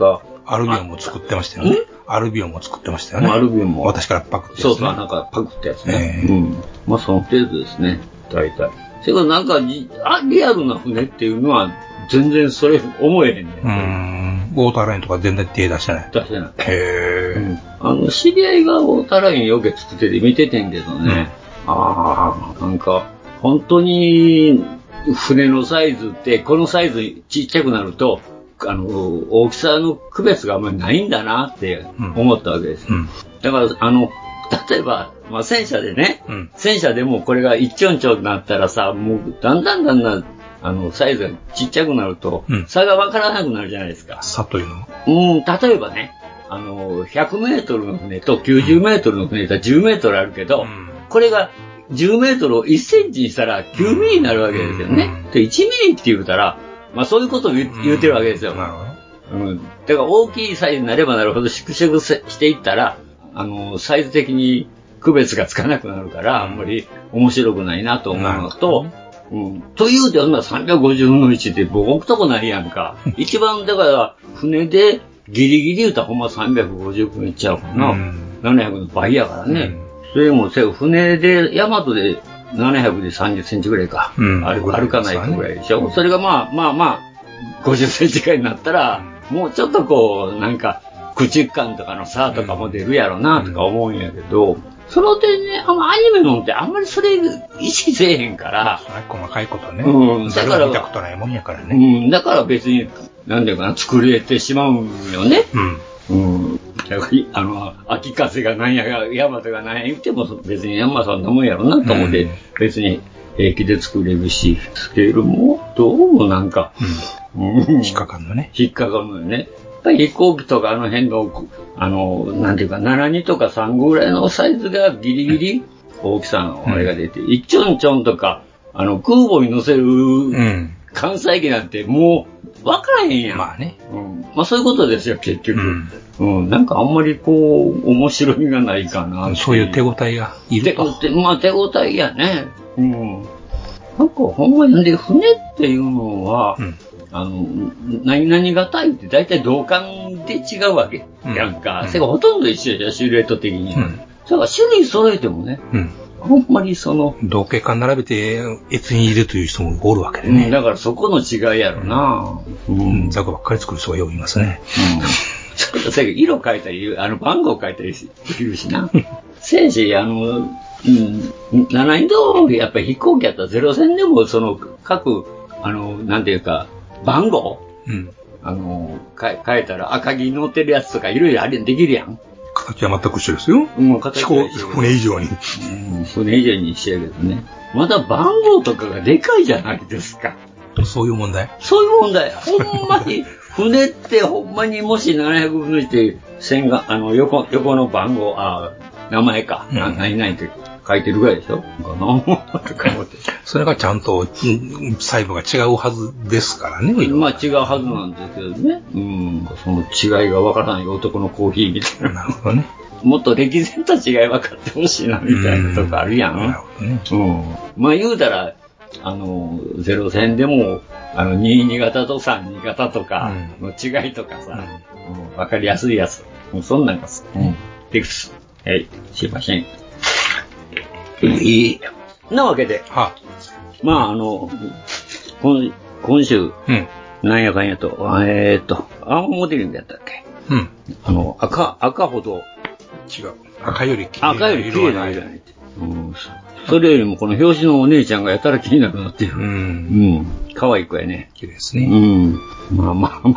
S16: アルビオンも作ってましたよね。アルビオンも作ってましたよね。
S9: アルビオンも。
S16: 私からパクってやつ、ね。
S9: そうそう、なんかパクってやつね。まあその程度ですね。大体。それからなんかリアルな船っていうのは全然それ思えへんね。
S16: ウォーターラインとか全然手出してない。
S9: 出してない。
S16: へ
S9: 知り合いがウォーターラインよく作ってて見ててんけどね。なんか、本当に船のサイズって、このサイズちっちゃくなると、大きさの区別があんまりないんだなって思ったわけです。だから、例えば、まあ、戦車でね、戦車でもこれが一丁々になったらさ、もうだんだん、サイズがちっちゃくなると、差がわからなくなるじゃないですか。
S16: 差というの？
S9: 例えばね、100メートルの船と90メートルの船と10メートルあるけど、これが10メートルを1センチにしたら9ミリになるわけですよね。で、1ミリって言うたら、まあそういうことを言ってるわけですよ。だから大きいサイズになればなるほど縮小していったら、サイズ的に区別がつかなくなるから、あんまり面白くないなと思うのと、というで、350分の1って動くとこないやんか。一番、だから、船でギリギリ言うたらほんま350分いっちゃうかな。700の倍やからね。それも、船で、ヤマトで700で30センチぐらいか。歩かないとぐらいでしょ。それがまあ、50センチぐらいになったら、もうちょっとこう、なんか、駆逐艦とかの差とかも出るやろなとか思うんやけど、その点ね、アニメのってあんまりそれ意識せえへんから。
S16: 細かいことね。
S9: だから。
S16: 見たことないもんやからね。
S9: だから別に、なんていうかな、作れてしまうんよね。だから秋風がなんや、ヤマトがなんや言っても別にヤマそんなもんやろなと思って、別に平気で作れるし、スケールもどうもなんか、
S16: 引っかかんのね。
S9: 引っかかるのよね。やっぱり飛行機とか辺の、なんていうか、72とか35ぐらいのサイズがギリギリ大きさのあれが出て、一ちょんちょんとか、空母に乗せる関西機なんてもう分からへんやん。
S16: まあね。
S9: まあそういうことですよ、結局。なんかあんまりこう、面白みがないかな。
S16: そういう手応えがいると。
S9: まあ手応えやね。なんかほんまにで、船っていうのは、何々型って大体同感で違うわけやんか。それがほとんど一緒じゃん、シルエット的に。だから種類揃えてもね、あんまり
S16: 同型艦並べて越に入れるという人もおるわけでね。
S9: だからそこの違いやろな。
S16: 雑魚ばっかり作る人がよくいますね。
S9: ちょっと色変えたり、番号変えたりできるしな。戦士、7移動、やっぱり飛行機やったらゼロ戦でも各、なんていうか、番号変えたら赤木乗ってるやつとかいろいろあれできるやん。
S16: 形は全く一緒ですよ。船以上に。
S9: 船以上に一緒やけどね。まだ番号とかがでかいじゃないですか。
S16: そういう問題？
S9: そういう問題。ほんまに、船ってほんまにもし700分の1で線が、横の番号、名前か。何々って書いてるぐらいでしょ
S16: それがちゃんと細部が違うはずですからね。
S9: まあ違うはずなんですけどね。その違いがわからない男のコーヒーみたいな。
S16: なるほどね。
S9: もっと歴然と違い分かってほしいなみたいなとこあるやん。なるほどね。まあ言うたら、ゼロ戦でも、22型と32型とかの違いとかさ、わかりやすいやつ。そんなんがテクス。はい、しません。なわけで、まあ今週、なんやかんやと、青モデルやったっけ？赤ほど。
S16: 違う。赤より綺
S9: 麗な色やね。それよりもこの表紙のお姉ちゃんがやたら気になるなっていう。可愛い子やね。
S16: 綺麗ですね。
S9: まあ。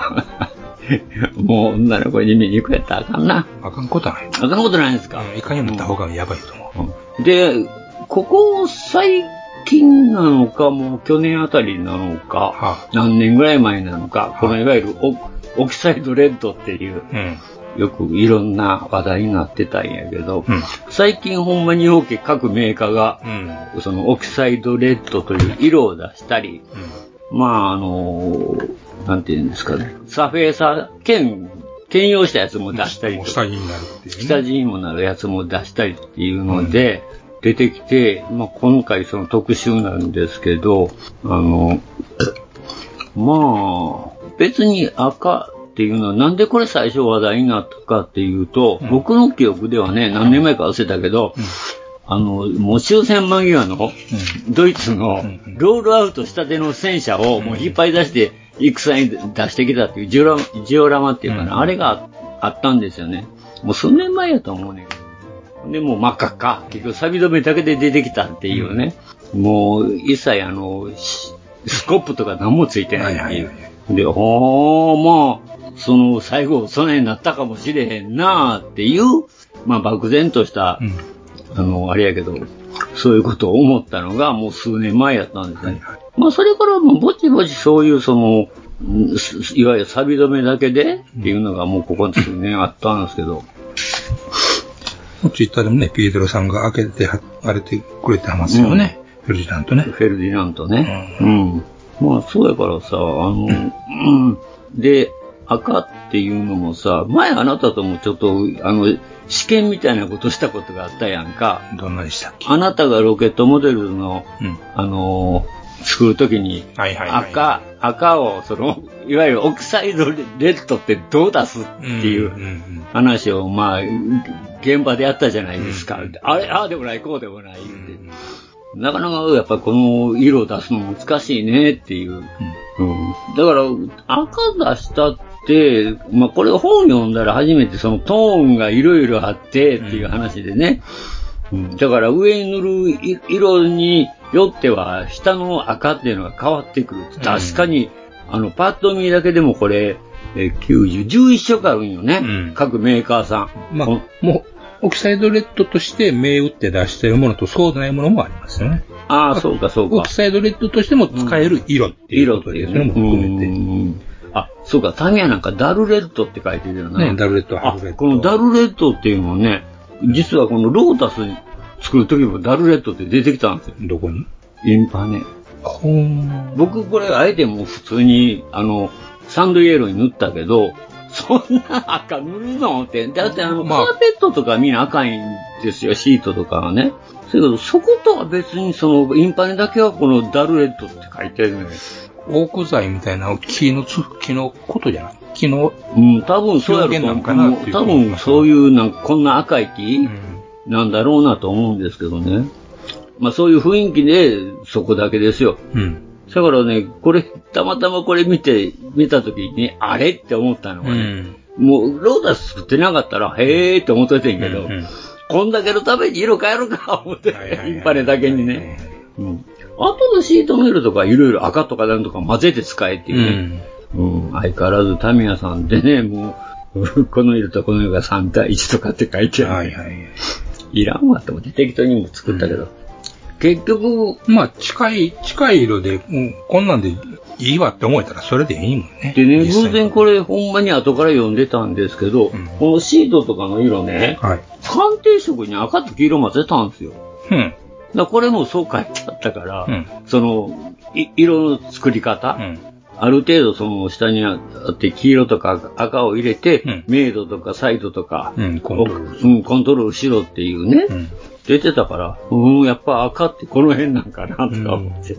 S9: もう女の子に見に行くやったらあかんな。
S16: あかんことはない。
S9: あかんことないんですか？
S16: いかにもった方がやばいと思
S9: う。で、ここ最近なのか、もう去年あたりなのか、何年ぐらい前なのか、このいわゆるオキサイドレッドっていう、よくいろんな話題になってたんやけど、最近ほんまに各メーカーが、そのオキサイドレッドという色を出したり、まあなんていうんですかね、サフェーサ兼用したやつも出したりとか、
S16: 下地になるっていうね。
S9: 下地にもなるやつも出したりっていうので、出てきて、まあ今回その特集なんですけど、まあ、別に赤っていうのはなんでこれ最初話題になったかっていうと、僕の記憶ではね、何年前か忘れたけど、もう終戦間際のドイツのロールアウトしたての戦車をもう引っ張り出して戦に出してきたっていうジオラマっていうかな、あれがあったんですよね。もう数年前やと思うねんけど。で、もう真っ赤っか。結局錆止めだけで出てきたっていうね。もう一切スコップとか何もついてないっていう。で、まあ、最後、備えになったかもしれへんなっていう、まあ、漠然とした、あれやけど、そういうことを思ったのがもう数年前やったんですね。まあ、それからもうぼちぼちそういういわゆる錆止めだけでっていうのがもうここ数年あったんですけど。
S16: ツイッターでもね、ピエトロさんが開けて、あれてくれてますよね。フェルディナントね。
S9: フェルディナントね。まあ、そうやからさ、で、赤っていうのもさ、前あなたともちょっと、試験みたいなことしたことがあったやんか。
S16: どんなでしたっけ？
S9: あなたがロケットモデルの、作るときに、赤を、いわゆるオキサイドレッドってどう出すっていう話を、まあ、現場でやったじゃないですか。ああでもない、こうでもないって。なかなかやっぱりこの色を出すの難しいねっていう。だから、赤出したって、まあこれ本読んだら初めてそのトーンがいろいろあってっていう話でね。だから上に塗る色によっては下の赤っていうのが変わってくる。確かに、パッと見だけでもこれ、11色あるんよね。各メーカーさん。
S16: まあ、もう、オキサイドレッドとして銘打って出しているものとそうでないものもありますよね。
S9: ああ、そうかそうか。
S16: オキサイドレッドとしても使える色っていうことですね、含めて。
S9: あ、そうか、タミヤなんかダルレッドって書いてるよね。
S16: ダルレッド、ハルレッド。
S9: このダルレッドっていうのはね、実はこのロータス作るときもダルレッドって出てきたんですよ。
S16: どこに？
S9: インパネ。僕これあえてもう普通に、サンドイエローに塗ったけど、そんな赤塗るのって。だってカーペットとかみんな赤いんですよ、シートとかはね。だけど、そことは別にインパネだけはこのダルレッドって書いてるのよ。
S16: オーク材みたいな木のことじゃない？木の、
S9: 多分そうやろ
S16: なのかなっていう。
S9: 多分そういうこんな赤い木なんだろうなと思うんですけどね。まあそういう雰囲気でそこだけですよ。だからね、たまたまこれ見たときにね、あれって思ったのがね、もうロータス作ってなかったら、へーって思っててんけど、こんだけのために色変えるか思って、インパネだけにね。あとのシートの色とかいろいろ赤とかなんとか混ぜて使えっていうね。相変わらずタミヤさんでね、もう、この色とこの色が3対1とかって書いてある。いらんわって思って適当にも作ったけど。結局、
S16: まあ、近い色で、こんなんでいいわって思えたらそれでいいもんね。
S9: でね、偶然これほんまに後から読んでたんですけど、このシートとかの色ね、鑑定色に赤と黄色混ぜたんですよ。だこれもそう書いてあったから、色の作り方、ある程度下にあって黄色とか赤を入れて、明度とかサイドとか、コントロールしろっていうね、出てたから、やっぱ赤ってこの辺なんかなとか思って。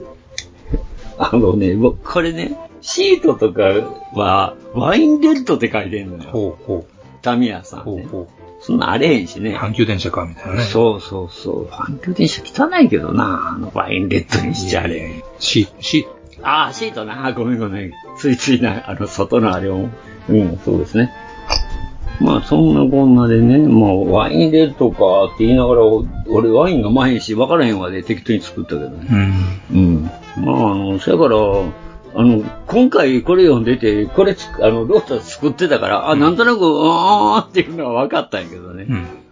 S9: これね、シートとかはワインレッドって書いてんのよ。タミヤさんね。そんなあれへんしね。
S16: 阪急電車かみたいなね。
S9: そう。阪急電車汚いけどな、ワインレッドにしちゃあれ。
S16: シー
S9: トな。ごめん。ついついな、外のあれを。そうですね。まあ、そんなこんなでね、まあ、ワインレッドかって言いながら、俺ワインがまへんし、わからへんわで適当に作ったけどね。まあ、そやから、今回これ読んでて、ロータス作ってたから、なんとなく、っていうのは分かったんやけどね。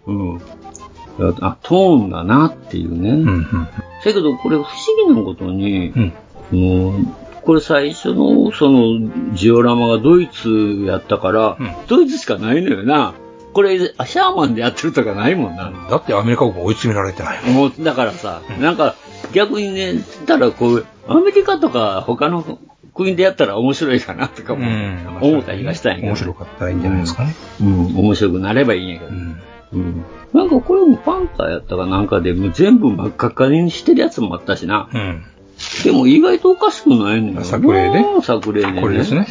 S9: トーンだなっていうね。だけど、これ不思議なことに、これ最初のジオラマがドイツやったから、ドイツしかないのよな。これ、シャーマンでやってるとかないもんな。
S16: だってアメリカ国追い詰められてないもん。
S9: もう、だからさ、なんか逆にね、アメリカとか他の国でやったら面白いかなとかも思ったりがしたんやけど。
S16: 面白かったらいいんじゃないですかね。
S9: 面白くなればいいんやけど。なんかこれもパンターやったかなんかでもう全部真っ赤っかにしてるやつもあったしな。 でも意外とおかしくないねん。
S16: 作例で
S9: 作例でね。
S16: これですね。
S9: うん。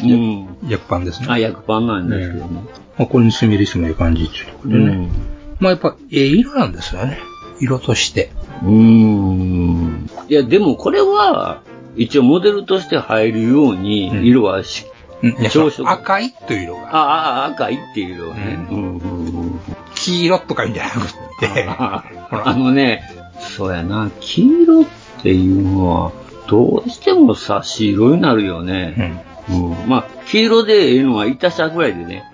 S16: 薬パンですね。
S9: あ、薬パンなんですけどね。
S16: まあ、これにスミレスもいい感じっていうところでね。まあやっぱ、色なんですよね。色として。
S9: いや、でもこれは、一応モデルとして入るように、色は
S16: 朝食。赤いという色が。
S9: 赤いっていう色がね。
S16: 黄色とかいうんじゃなくて。
S9: そうやな、黄色っていうのは、どうしてもさ、白になるよね。まあ、黄色でええのは痛さぐらいでね。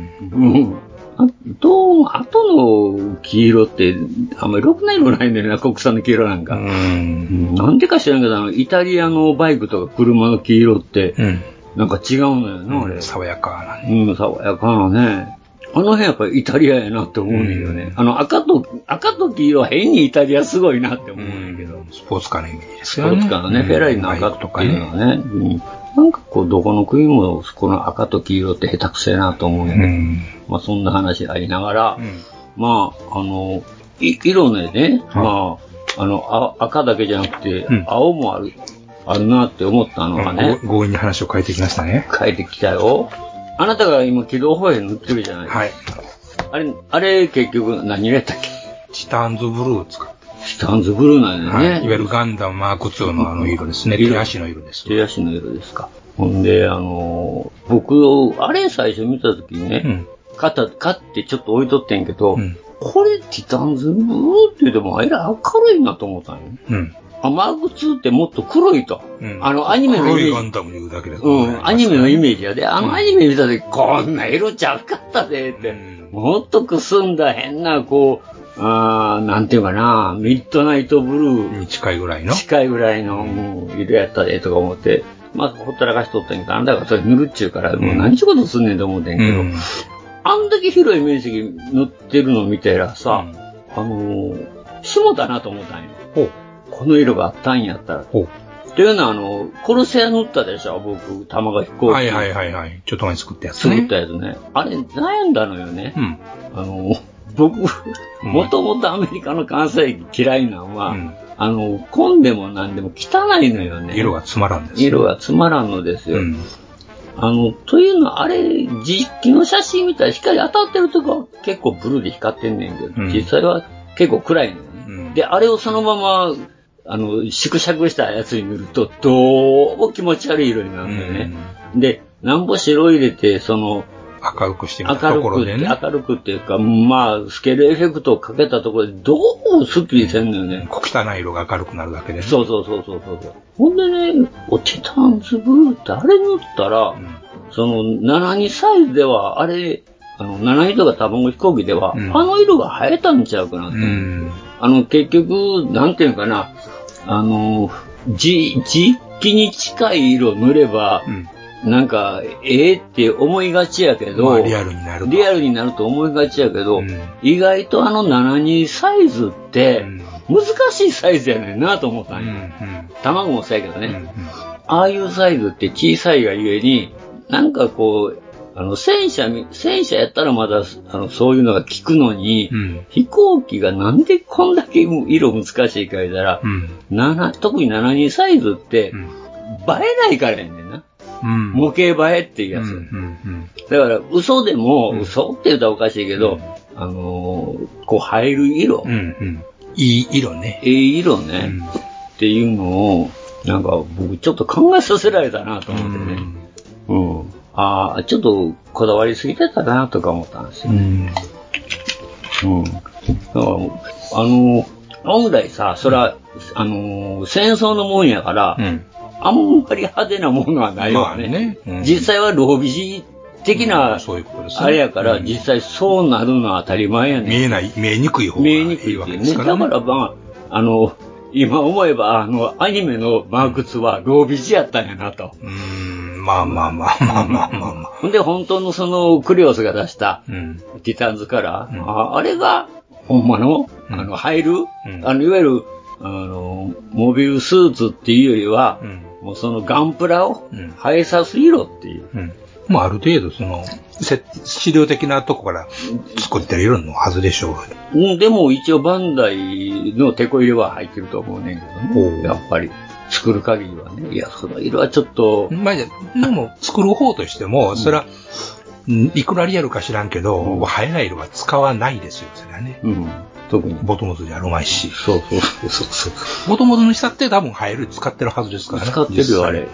S9: どうも、後の黄色って、あんまりろくな色ないんだよな、国産の黄色なんか。なんでか知らんけど、イタリアのバイクとか車の黄色って、なんか違うのよな、あれ。
S16: 爽やかなね。
S9: 爽やかなね。あの辺やっぱりイタリアやなって思うんだよね。赤と黄色は変にイタリアすごいなって思うんだけど。
S16: スポーツカーのイメージですよね。
S9: スポーツカーのね、フェラーリの赤とかいうのはね。なんかこう、どこの国もこの赤と黄色って下手くそやなと思うんだけど。まあそんな話ありながら、まあ、色ね、まあ、赤だけじゃなくて、青もあるなって思ったのがね。
S16: 強引に話を変えてきましたね。
S9: 変えてきたよ。あなたが今、軌道歩兵塗ってるじゃないですか。はい。あれ結局何色やったっけ？
S16: チタンズブルーを使って。
S9: チタンズブルーなんやね。
S16: いわゆるガンダムマーク2のあの色ですね。手足の色です。
S9: 手足の色ですか。ほんで、僕、あれ最初見たときにね、買ってちょっと置いとってんけど、これティタンズブルーって言うても、あれ明るいなと思ったんよ。マーク2ってもっと黒いと。アニメのイメージ。
S16: 黒いガンダム言うだけで。
S9: アニメのイメージやで。アニメ見たとき、こんな色ちゃうかったで、って。もっとくすんだ変な、こう、なんていうかな、ミッドナイトブルー。
S16: に近いぐらいの
S9: 色やったで、とか思って。まあ、ほったらかしとったんやけど、あんたがそれ塗るっちゅうから、もう何ちゅうことすんねんと思ってんけど、あんだけ広い面積塗ってるの見たらさ、しもたなと思ったんよ。この色があったんやったら。っていうのは、コルセア塗ったでしょ、僕、玉が飛行機。
S16: はい。ちょっと前に作ったやつね。
S9: 作ったやつね。あれ、悩んだのよね。僕、もともとアメリカの関西機嫌いなんは、混んでもなんでも汚いのよね。
S16: 色がつまらんです。
S9: 色がつまらんのですよ。というのは、あれ、実機の写真見たら光当たってるとこは結構ブルーで光ってんねんけど、実際は結構暗いのよね。で、あれをそのまま、縮尺したやつに塗ると、どうも気持ち悪い色になるんだよね。で、なんぼ白入れて、
S16: 明るくしてみたところでね。
S9: 明るくっていうか、まあ、スケールエフェクトをかけたところで、どうもスッキリせんのよね。
S16: 小汚い色が明るくなるだけでね。
S9: そう。ほんでね、ティタンズブルーってあれ塗ったら、72サイズでは、あれ、72とか卵飛行機では、あの色が映えたんちゃうかなって。結局、なんていうのかな、実機に近い色塗れば、なんか、って思いがちやけど、
S16: リアルになると。
S9: リアルになると思いがちやけど、意外と72サイズって、難しいサイズやねんなと思ったんよ。卵もそうやけどね。ああいうサイズって小さいがゆえに、なんかこう、戦車やったらまだ、そういうのが効くのに、飛行機がなんでこんだけ色難しいか言ったら、特に72サイズって、映えないからやねんな。模型映えっていうやつ。だから、嘘でも、嘘って言うたらおかしいけど、こう入る色。
S16: いい色ね。
S9: いい色ね。っていうのを、なんか僕ちょっと考えさせられたなと思ってね。ちょっとこだわりすぎてたなとか思ったんですよ。だから本来さ、それは、戦争のもんやから、あんまり派手なものはないわね。実際はロービジ的な、あれやから、実際そうなるのは当たり前やねん。
S16: 見えにくい方がいいわけですからね。
S9: だからまあ、今思えば、アニメのマーク2はロービジやったんやなと。
S16: まあ。
S9: ほんで、本当のクレオスが出した、ティタンズカラー、あれが、ほんまの、入る、いわゆる、モビルスーツっていうよりは、もうそのガンプラを映えさす色っていう。
S16: ある程度資料的なとこから作ってる色のはずでしょう。
S9: でも一応バンダイのテコ入れは入ってると思うねんけどね。やっぱり。 作る限りはね。いや、その色はちょっと。
S16: まあじゃでも、作る方としても、それは、いくらリアルか知らんけど、映えない色は使わないですよ、それはね。
S9: 特に。
S16: ボトムズじゃうまいし。
S9: そう。
S16: ボトムズにしたって多分映える使ってるはずですからね。
S9: 使ってるよ、あれ。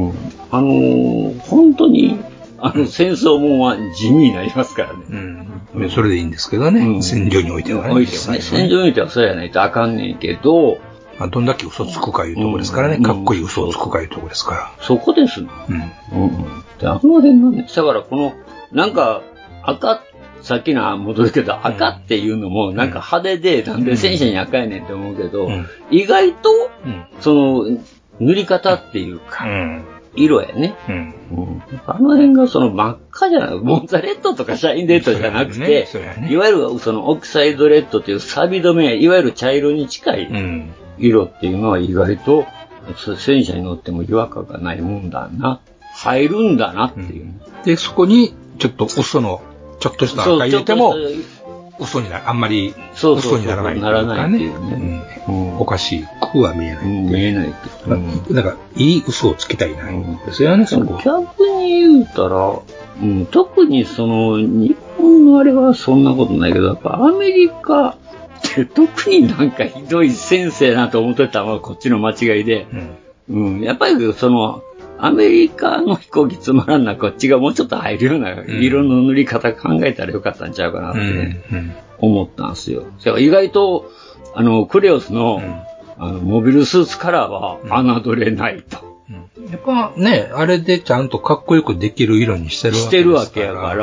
S9: 本当に、戦争もんは地味になりますからね。
S16: それでいいんですけどね。戦場においてはね。
S9: 戦場においてはそうやないとあかんねんけど、
S16: どんだけ嘘つくかいうところですからね。かっこいい嘘をつくかいうところですから。
S9: そこですね。で、あの辺がね、だからこの、なんか、赤、さっきの戻るけど、赤っていうのもなんか派手で、なんで戦車に赤やねんって思うけど、意外と、その、塗り方っていうか、色やね。あの辺がその真っ赤じゃない、モンザレッドとかシャインレッドじゃなくて、いわゆるそのオキサイドレッドっていう錆止め、いわゆる茶色に近い色っていうのは意外と戦車に乗っても違和感がないもんだな。入るんだなっていう。
S16: で、そこにちょっと嘘の、ちょっとした赤入れても、嘘になる、あんまり嘘にならないっていうかね。おかしくは見えない。
S9: 見えないっていう。
S16: なんか、いい嘘をつきたいな。ですよね、そこ。
S9: 逆に言うたら、特にその、日本のあれはそんなことないけど、やっぱアメリカって特になんかひどい先生なと思ってたのはこっちの間違いで、やっぱりその、アメリカの飛行機つまらんなこっちがもうちょっと入るような色の塗り方考えたらよかったんちゃうかなって、思ったんですよ。意外と、クレオスの、モビルスーツカラーは侮れないと。
S16: やっぱね、あれでちゃんとかっこよくできる色にしてるわけですから。
S9: してるわけやから、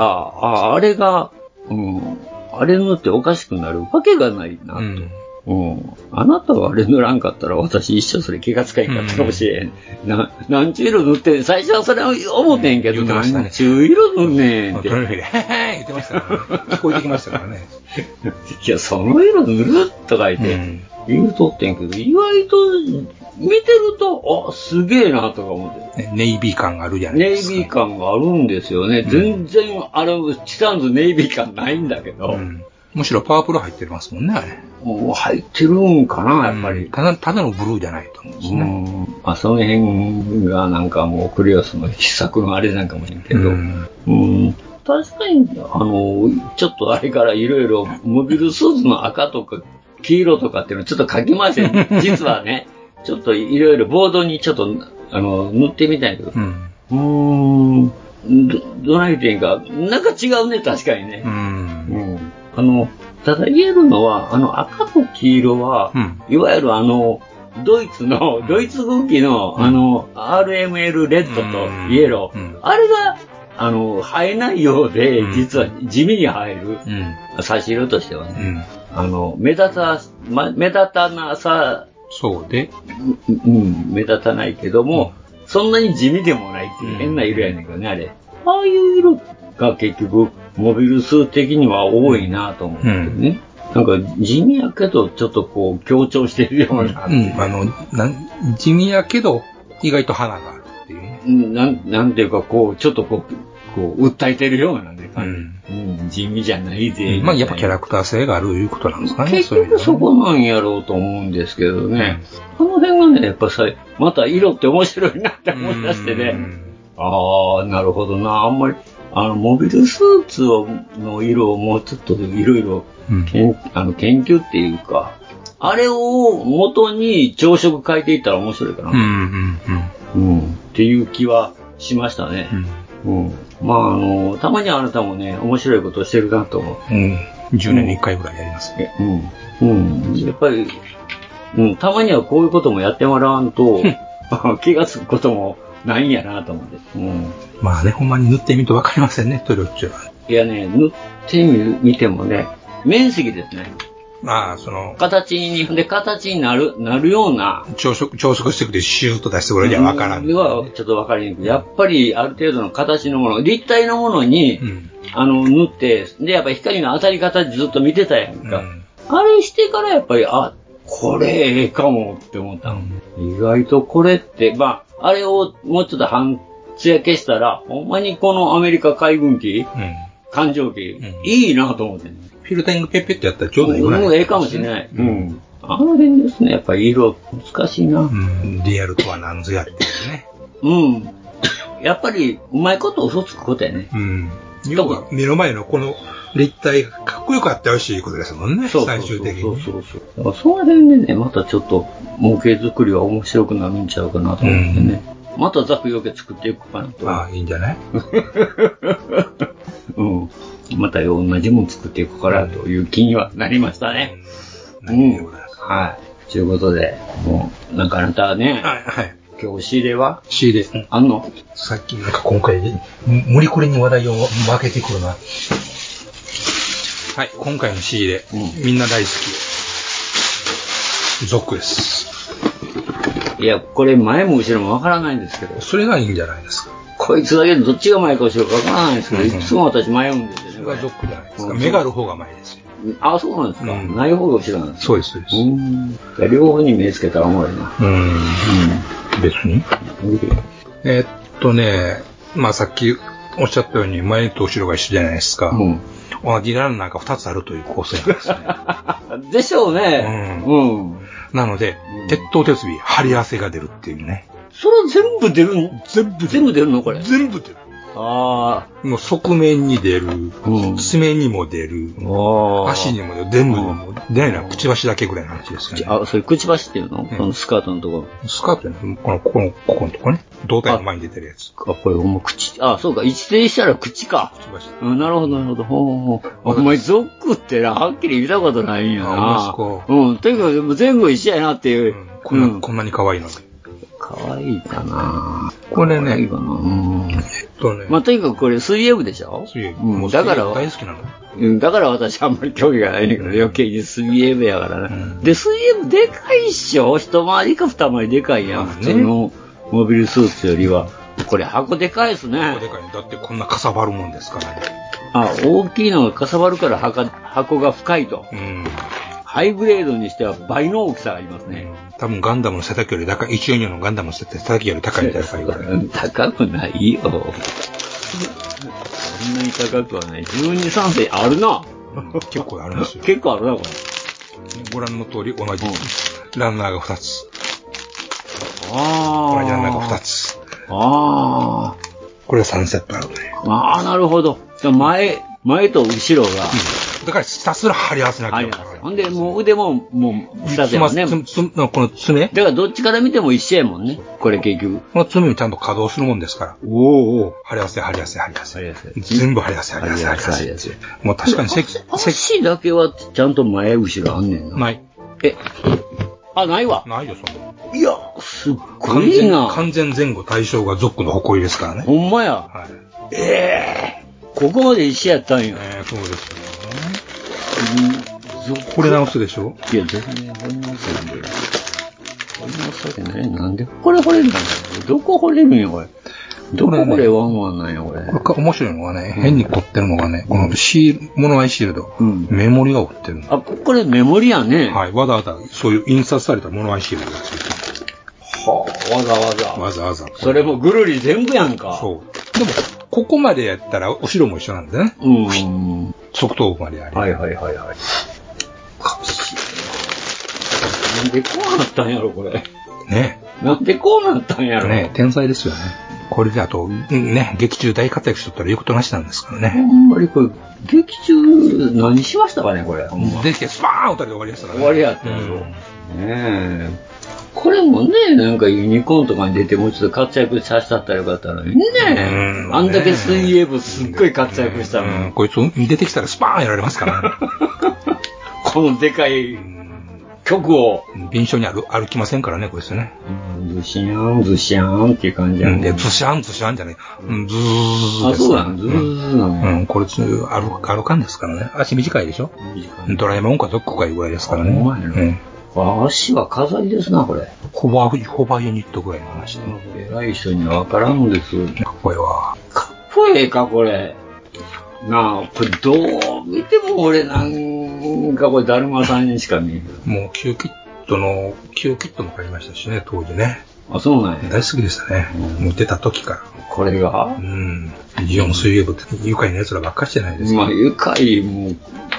S9: あれが、あれ塗っておかしくなるわけがないなと。あなたはあれ塗らんかったら私一生それ気がつかへんかったかもしれん。なんちゅう色塗ってん、最初はそれ思ってんけど、なんちゅう色塗んねんって。
S16: 言ってましたからね。聞こえてきましたからね。
S9: いや、その色塗るとか言って、言うとってんけど、意外と見てると、すげえなとか思って。
S16: ネイビー感があるじゃないですか。
S9: ネイビー感があるんですよね。全然、チタンズネイビー感ないんだけど。
S16: むしろパープル入ってますもんね、あれ。
S9: 入ってるんかな、やっぱり。
S16: ただのブルーじゃないと思うんですね。
S9: その辺がなんかもうクレオスの必作のあれなんかもしれんけど。確かに、ちょっとあれからいろいろモビルスーツの赤とか黄色とかっていうのちょっと書きません。実はね、ちょっといろいろボードにちょっと、塗ってみたいけど。どないてんか、なんか違うね、確かにね。ただ言えるのは、赤と黄色は、いわゆるドイツ軍機の、RML レッドとイエロー、あれが、映えないようで、実は地味に映える、差し色としてはね、目立たなさ、
S16: そうで、
S9: 目立たないけども、そんなに地味でもないっていう変な色やねんけどね、あれ。ああいう色が結局、モビル数的には多いなと思ってね。なんか地味やけど、ちょっとこう強調してるような。
S16: 地味やけど、意外と花があるっていう
S9: ね。なんていうか、こう、ちょっとこう、訴えてるようなね、地味じゃないで。
S16: やっぱキャラクター性があるいうことなんですかね。
S9: 結局そこなんやろうと思うんですけどね。この辺はね、やっぱまた色って面白いなって思い出してね。なるほどな。あんまり、モビルスーツの色をもうちょっといろいろ研究っていうか、あれを元に朝食変えていったら面白いかな。っていう気はしましたね。たまにあなたもね、面白いことをしてるなと思う。
S16: 10年に1回ぐらいやりますね。
S9: やっぱり、たまにはこういうこともやってもらわんと、気がつくこともないんやなと思って。
S16: まあね、ほんまに塗ってみるとわかりませんね、塗料っちゅうのは。
S9: いやね、塗ってみてもね、面積ですね。形になるような。
S16: 朝食してくれてシューッと出してくれりゃわからん。
S9: はちょっとわかりにくい。やっぱりある程度の形のもの、立体のものに、塗って、で、やっぱり光の当たり方でずっと見てたやんか。あれしてからやっぱり、これええかもって思ったの。意外とこれって、あれをもうちょっと半艶消したら、ほんまにこのアメリカ海軍機、環状機、いいなと思って。
S16: フィルタリングペッペってやったらちょうどいいぐらい。
S9: ええかもしれない。 あの辺ですね、やっぱり色難しいな。
S16: リアルとは何ぞやっていうね。
S9: やっぱり、うまいこと嘘つくことやね。
S16: 要は、目の前のこの立体がかっこよくあってほしいことですもんね、最終的に。
S9: そう。だからその辺でね、またちょっと模型作りは面白くなるんちゃうかなと思ってね。またザク余計作っていくかなと。
S16: ああ、いいんじゃない？
S9: また同じもの作っていくからという気にはなりましたね。はい。ということで、もう、なんかあなたはね、今日仕入れは
S16: 仕入れ。
S9: あんの？
S16: さっきなんか今回、無理くりに話題を分けてくるな。はい、今回の仕入れ、みんな大好き。ゾックです。
S9: いや、これ前も後ろもわからないんですけど。
S16: それがいいんじゃないですか。
S9: こいつだけでどっちが前か後ろかわからないんですけど、いつも私迷うんですよね。
S16: それがゾックじゃないですか。目がある方が前ですよ。
S9: あ、そうなんですか。ない方が後ろなんですか。
S16: そうです、そうです。
S9: 両方に目つけたらおもろいな。
S16: 別に。まあさっきおっしゃったように前と後ろが一緒じゃないですか。同じランナーが2つあるという構成なんですね。
S9: でしょうね。
S16: なので、鉄頭鉄尾、張り合わせが出るっていうね。
S9: それ全部出る全部出るのこれ。
S16: 全部出る。
S9: ああ。
S16: もう側面に出る、爪にも出る、足にも出る、全部出ないのはくちばしだけぐらいの話ですよね。
S9: あ、それくちばしっていうの？このスカートのところ。
S16: スカートね、ここのとこね。胴体の前に出てるやつ。
S9: あ、これもう口、あ、そうか、一定したら口か。
S16: くちばし。
S9: なるほど、なるほど。お前ゾックってな、はっきり見たことないんやな。とにかく全部一緒やなっていう。
S16: こんなに可愛いのに。
S9: 可愛いかな。
S16: これね。
S9: 可愛いかな。まあ、とにかくこれ水泳部でしょ？
S16: 水泳部。
S9: だから
S16: 大好きなの。
S9: だから私あんまり興味がないんだけど、余計に水泳部やからな。で、水泳部でかいっしょ？一回りか二回りでかいやん。普通のモビルスーツよりは。これ箱でかいですね。
S16: 箱でかい。だってこんなかさばるもんですからね。
S9: あ、大きいのがかさばるから箱が深いと。ハイグレードにしては倍の大きさがありますね。
S16: 多分ガンダムの背丈より高い、142のガンダムの背丈より高いんじゃないか
S9: 高くないよ。そんなに高くはない。12、3センチあるな。
S16: 結構あるんですよ。
S9: 結構あるな、これ。
S16: ご覧の通り同じ。ランナーが2つ。
S9: 同
S16: じランナーが2つ。これが3セットあるね。
S9: なるほど。前と後ろが。
S16: だからひたすら貼り合わせなきゃいけない。
S9: ほんで、もう腕も、もう、2つやもんね。
S16: この爪
S9: だからどっちから見ても一緒やもんね。これ結局。
S16: この爪もちゃんと稼働するもんですから。貼り合わせ。全部貼り合わせ。もう確かに
S9: 足だけはちゃんと前後ろあんねんな。
S16: ない。
S9: ないわ。
S16: ないよ、そんな。
S9: いや、すっごいな。
S16: 完全前後対象がゾックの誇りですからね。
S9: ほんまや。ここまで一緒やったんや。
S16: そうですよね。これ直すでしょ？
S9: いや、全然掘り直せないんだよ。掘り直されないなんでこれ掘れるんだよ。どこ掘れるんや、これ。どここれワンワンなんや、これ。
S16: これ面白いのがね、変に凝ってるのがね、このモノアイシールド、メモリが売ってるの。
S9: あ、これメモリやね。
S16: はい、わざわざそういう印刷されたモノアイシールドがついてる。わざわざ。
S9: それもぐるり全部やんか。
S16: そう。でも、ここまでやったら後ろも一緒なんでね。側頭部までやる。
S9: はい。なんでこうなったんやろ、これ。
S16: ね。
S9: なんでこうなったんやろ。
S16: ね、天才ですよね。これであと、ね、劇中大活躍しとったら言うことなしなんですからね。
S9: ほんまにこれ、劇中何しましたかね、これ。
S16: 出てきてスパーン打たれて終わりでしたからね。
S9: 終わりやったよ。ねえ。これもね、なんかユニコーンとかに出てもうちょっと活躍させたったらよかったのにね。あんだけ水泳部すっごい活躍したのに。
S16: こいつ出てきたらスパーンやられますからね。
S9: このでかい曲を。
S16: 臨床に歩きませんからね、こいつね。
S9: ズシャンっていう感じやね。
S16: ズシャンじゃない。ズー
S9: あ、そうなのズーなの。
S16: これ歩かんですからね。足短いでしょ？ドラえもんかゾックかいうぐらいですからね。
S9: 足は飾りですな、これ。
S16: ホバーユニットぐらいの話
S9: で。偉い人にはわからんです。
S16: かっこいいわ。
S9: かっこええか、これ。なあ、これどう見ても俺なんかこれだるまさんにしか見え
S16: ん。もうキューキットも買いましたしね、当時ね。
S9: あ、そうなんや。
S16: 大好きでしたね。もう出た時から。
S9: これが
S16: ジオン水泳部って愉快な奴らばっかりじゃないですか。
S9: まあ愉快も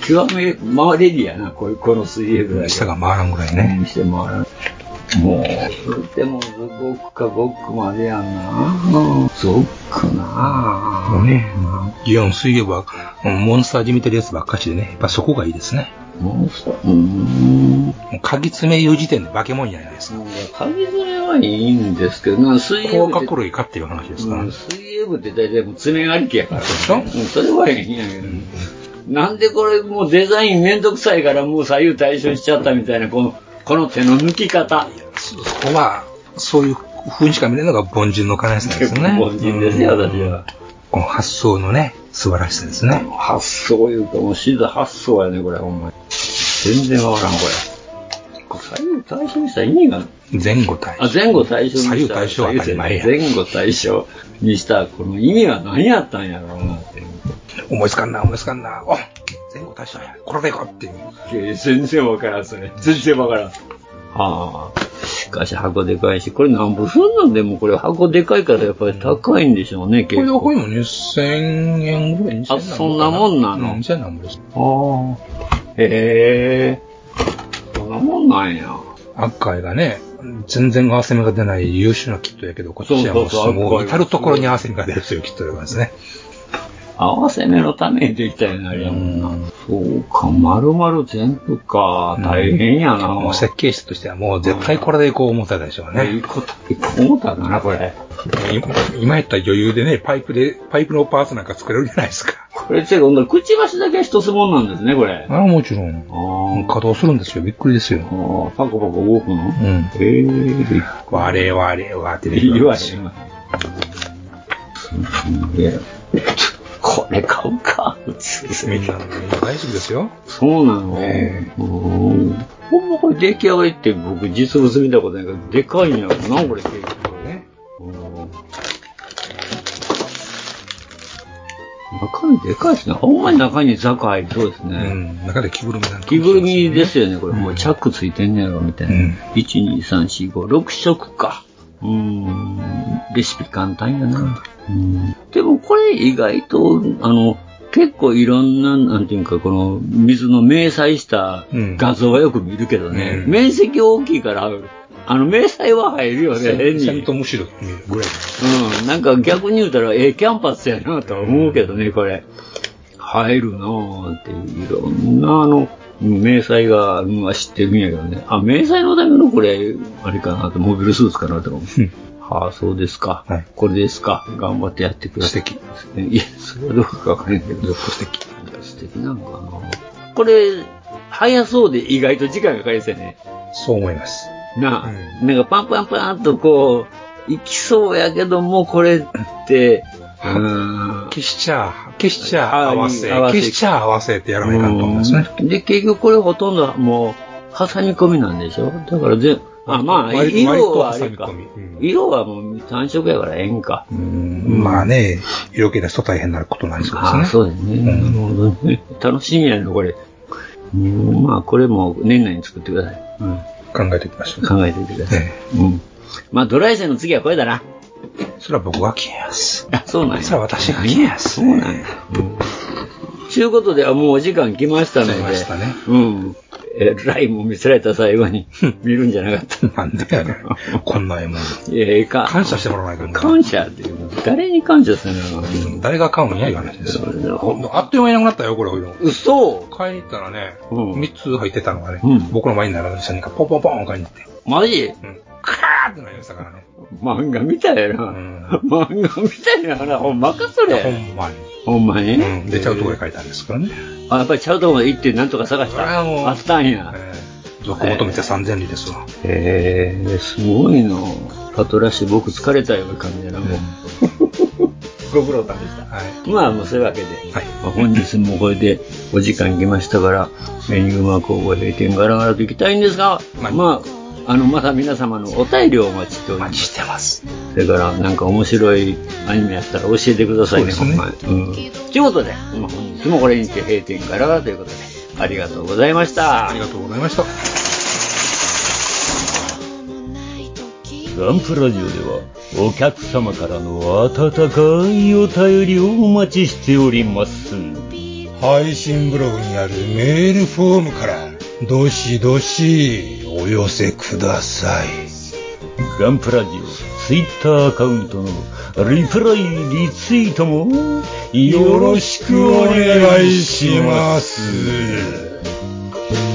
S9: 極め回れりやな、この水泳部だけ。
S16: 下が回らんぐらいね。
S9: 下回らん。もう、でも、5区か5区までやんな。ゾックな
S16: もうね、祇園水泳部は、モンスターじみてるやつばっかしでね、やっぱそこがいいですね。
S9: モンスター
S16: 鍵爪言う時点で化け物じゃないですか。
S9: 鍵爪はいいんですけど、水泳部。
S16: 甲殻類かっていう話ですから、
S9: 水泳部って大体もう爪ありきやから。それはいいんやけど。なんでこれもうデザインめんどくさいからもう左右対称しちゃったみたいな、この手の抜き方。
S16: そこは、そういう風にしか見れるのが凡人の金井さんですね。
S9: 凡人ですよ、私は。
S16: この発想のね、素晴らしさですね。
S9: 発想いうか、もうシーザー発想やね、これ、ほんまに。全然わからん、これ。左右対称にしたら意味が
S16: 前後対称。
S9: 前後対称にした
S16: 左右対称は当たり前や。
S9: 前後対称にしたこの意味は何やったんやろうなって。
S16: 思いつかんな。お前後対象や。これでいこうっていう。
S9: 全然わからん、それ。全然わからん。はあ。しかし箱でかいし、これなんぼすんなんでもこれ箱でかいからやっぱり高いんでしょうね、
S16: 結構。これも2000円ぐらいに
S9: あ、そんなもんなの？
S16: 2000円なんぼです。
S9: ああ。へえ。そんなもんなんや。
S16: 赤いがね、全然合わせ目が出ない優秀なキットやけど、こっちはもう至るところに合わせ目が出るというキットでございますね。
S9: 合わせ目のためにできたようになりやもんな。そうか、丸々全部か。大変やな。
S16: もう設計士としてはもう絶対これでいこう思ったでしょうね。
S9: いいこと思ったんだな、これ。
S16: 今やったら余裕でね、パイプのパーツなんか作れるじゃないですか。
S9: これって今度、くちばしだけ一つもんなんですね、これ。
S16: もちろん。稼働するんですよ。びっくりですよ。
S9: パコパコ動くの？
S16: 我々はって
S9: 言わへんわ。これ買うか。
S16: みんな大好きですよ。
S9: そうなの。ほんまこれ出来上がりって僕実物見たことないからでかいんやろな、これ結構ね。中身でかいですね。ほんまに中にザク入りそうですね。
S16: 中で着ぐるみなんか。
S9: 着ぐるみですよね、これ。もうチャックついてんねやろ、みたいな。1、2、3、4、5、6色か。レシピ簡単やな。でもこれ意外と、結構いろんな、なんていうか、この水の明細した画像はよく見るけどね。面積大きいから、明細は入るよね、変に。
S16: ちゃんとむしろ見るぐらい。
S9: なんか逆に言うたら、キャンパスやなとは思うけどね、これ。入るなぁっていう、いろんな明細が知ってるんやけどね。明細のためのこれ、あれかなと、モビルスーツかなと思う。はあ、そうですか。これですか。頑張ってやってください。
S16: 素敵。
S9: いや、それはどうかわかんないけど、素敵。素敵なんかな。これ、早そうで意外と時間がかかりますよね。
S16: そう思います。
S9: なんかパンパンパンとこう、いきそうやけども、これって、
S16: 消しちゃ合わせってやらないかんと思うんですね。
S9: で、結局これほとんどもう、挟み込みなんでしょ？だからまあ、色はあれか。色はもう単色やからええんか。
S16: まあね、色気出すと大変なことなんですけどね。
S9: そうですね。なるほどね。楽しみやね、これ。まあ、これも年内に作ってください。
S16: 考えていきましょう。
S9: 考えていてください。まあ、ドライセンの次はこれだな。
S16: それは僕が消えやす。
S9: そうなんや。
S16: それは私が消えやす。
S9: そうなんや。ということではもうお時間来ましたので。
S16: 来ましたね。
S9: ラインも見せられた最後に見るんじゃなかった。
S16: なんでやねん。こんな絵もん。感謝してもらわないと。
S9: 感謝っていうの誰に感謝するの？
S16: 誰が買うんやいう話ですよ。あっという間になくなったよ、これ。
S9: 嘘？
S16: 買いに行ったらね、3つ入ってたのがね、僕の前に並んで下にポンポンポン買いに行って。
S9: マジ？
S16: カーってなりましたからね。
S9: 漫画みたいやな。漫画みたいな話、ほんまかそれ。
S16: ほんまに。
S9: ほんまに？
S16: で、ちゃうところで書いたんですからね。
S9: やっぱりちゃうところで行ってなんとか探した。あったんや。
S16: 続求めて3000里ですわ。
S9: すごいな。パトラッシュ僕疲れたような感じやな、もう。ご苦労さんでした。まあ、もうそういうわけで。本日もこれでお時間来ましたから、エニグマ工房閉店ガラガラと行きたいんですが、また皆様のお便りをお待ちしております。
S16: お待ちしてます。
S9: それから、なんか面白いアニメやったら教えてくださいね、ほんまに。ということで、本日もこれにて閉店ガラガラということで、ありがとうございました。
S16: ありがとうございました。
S17: ガンプラジオでは、お客様からの温かいお便りをお待ちしております。
S8: 配信ブログにあるメールフォームからどしどしお寄せください。
S17: ガンプラジオツイッターアカウントのリプライリツイートも
S8: よろしくお願いします。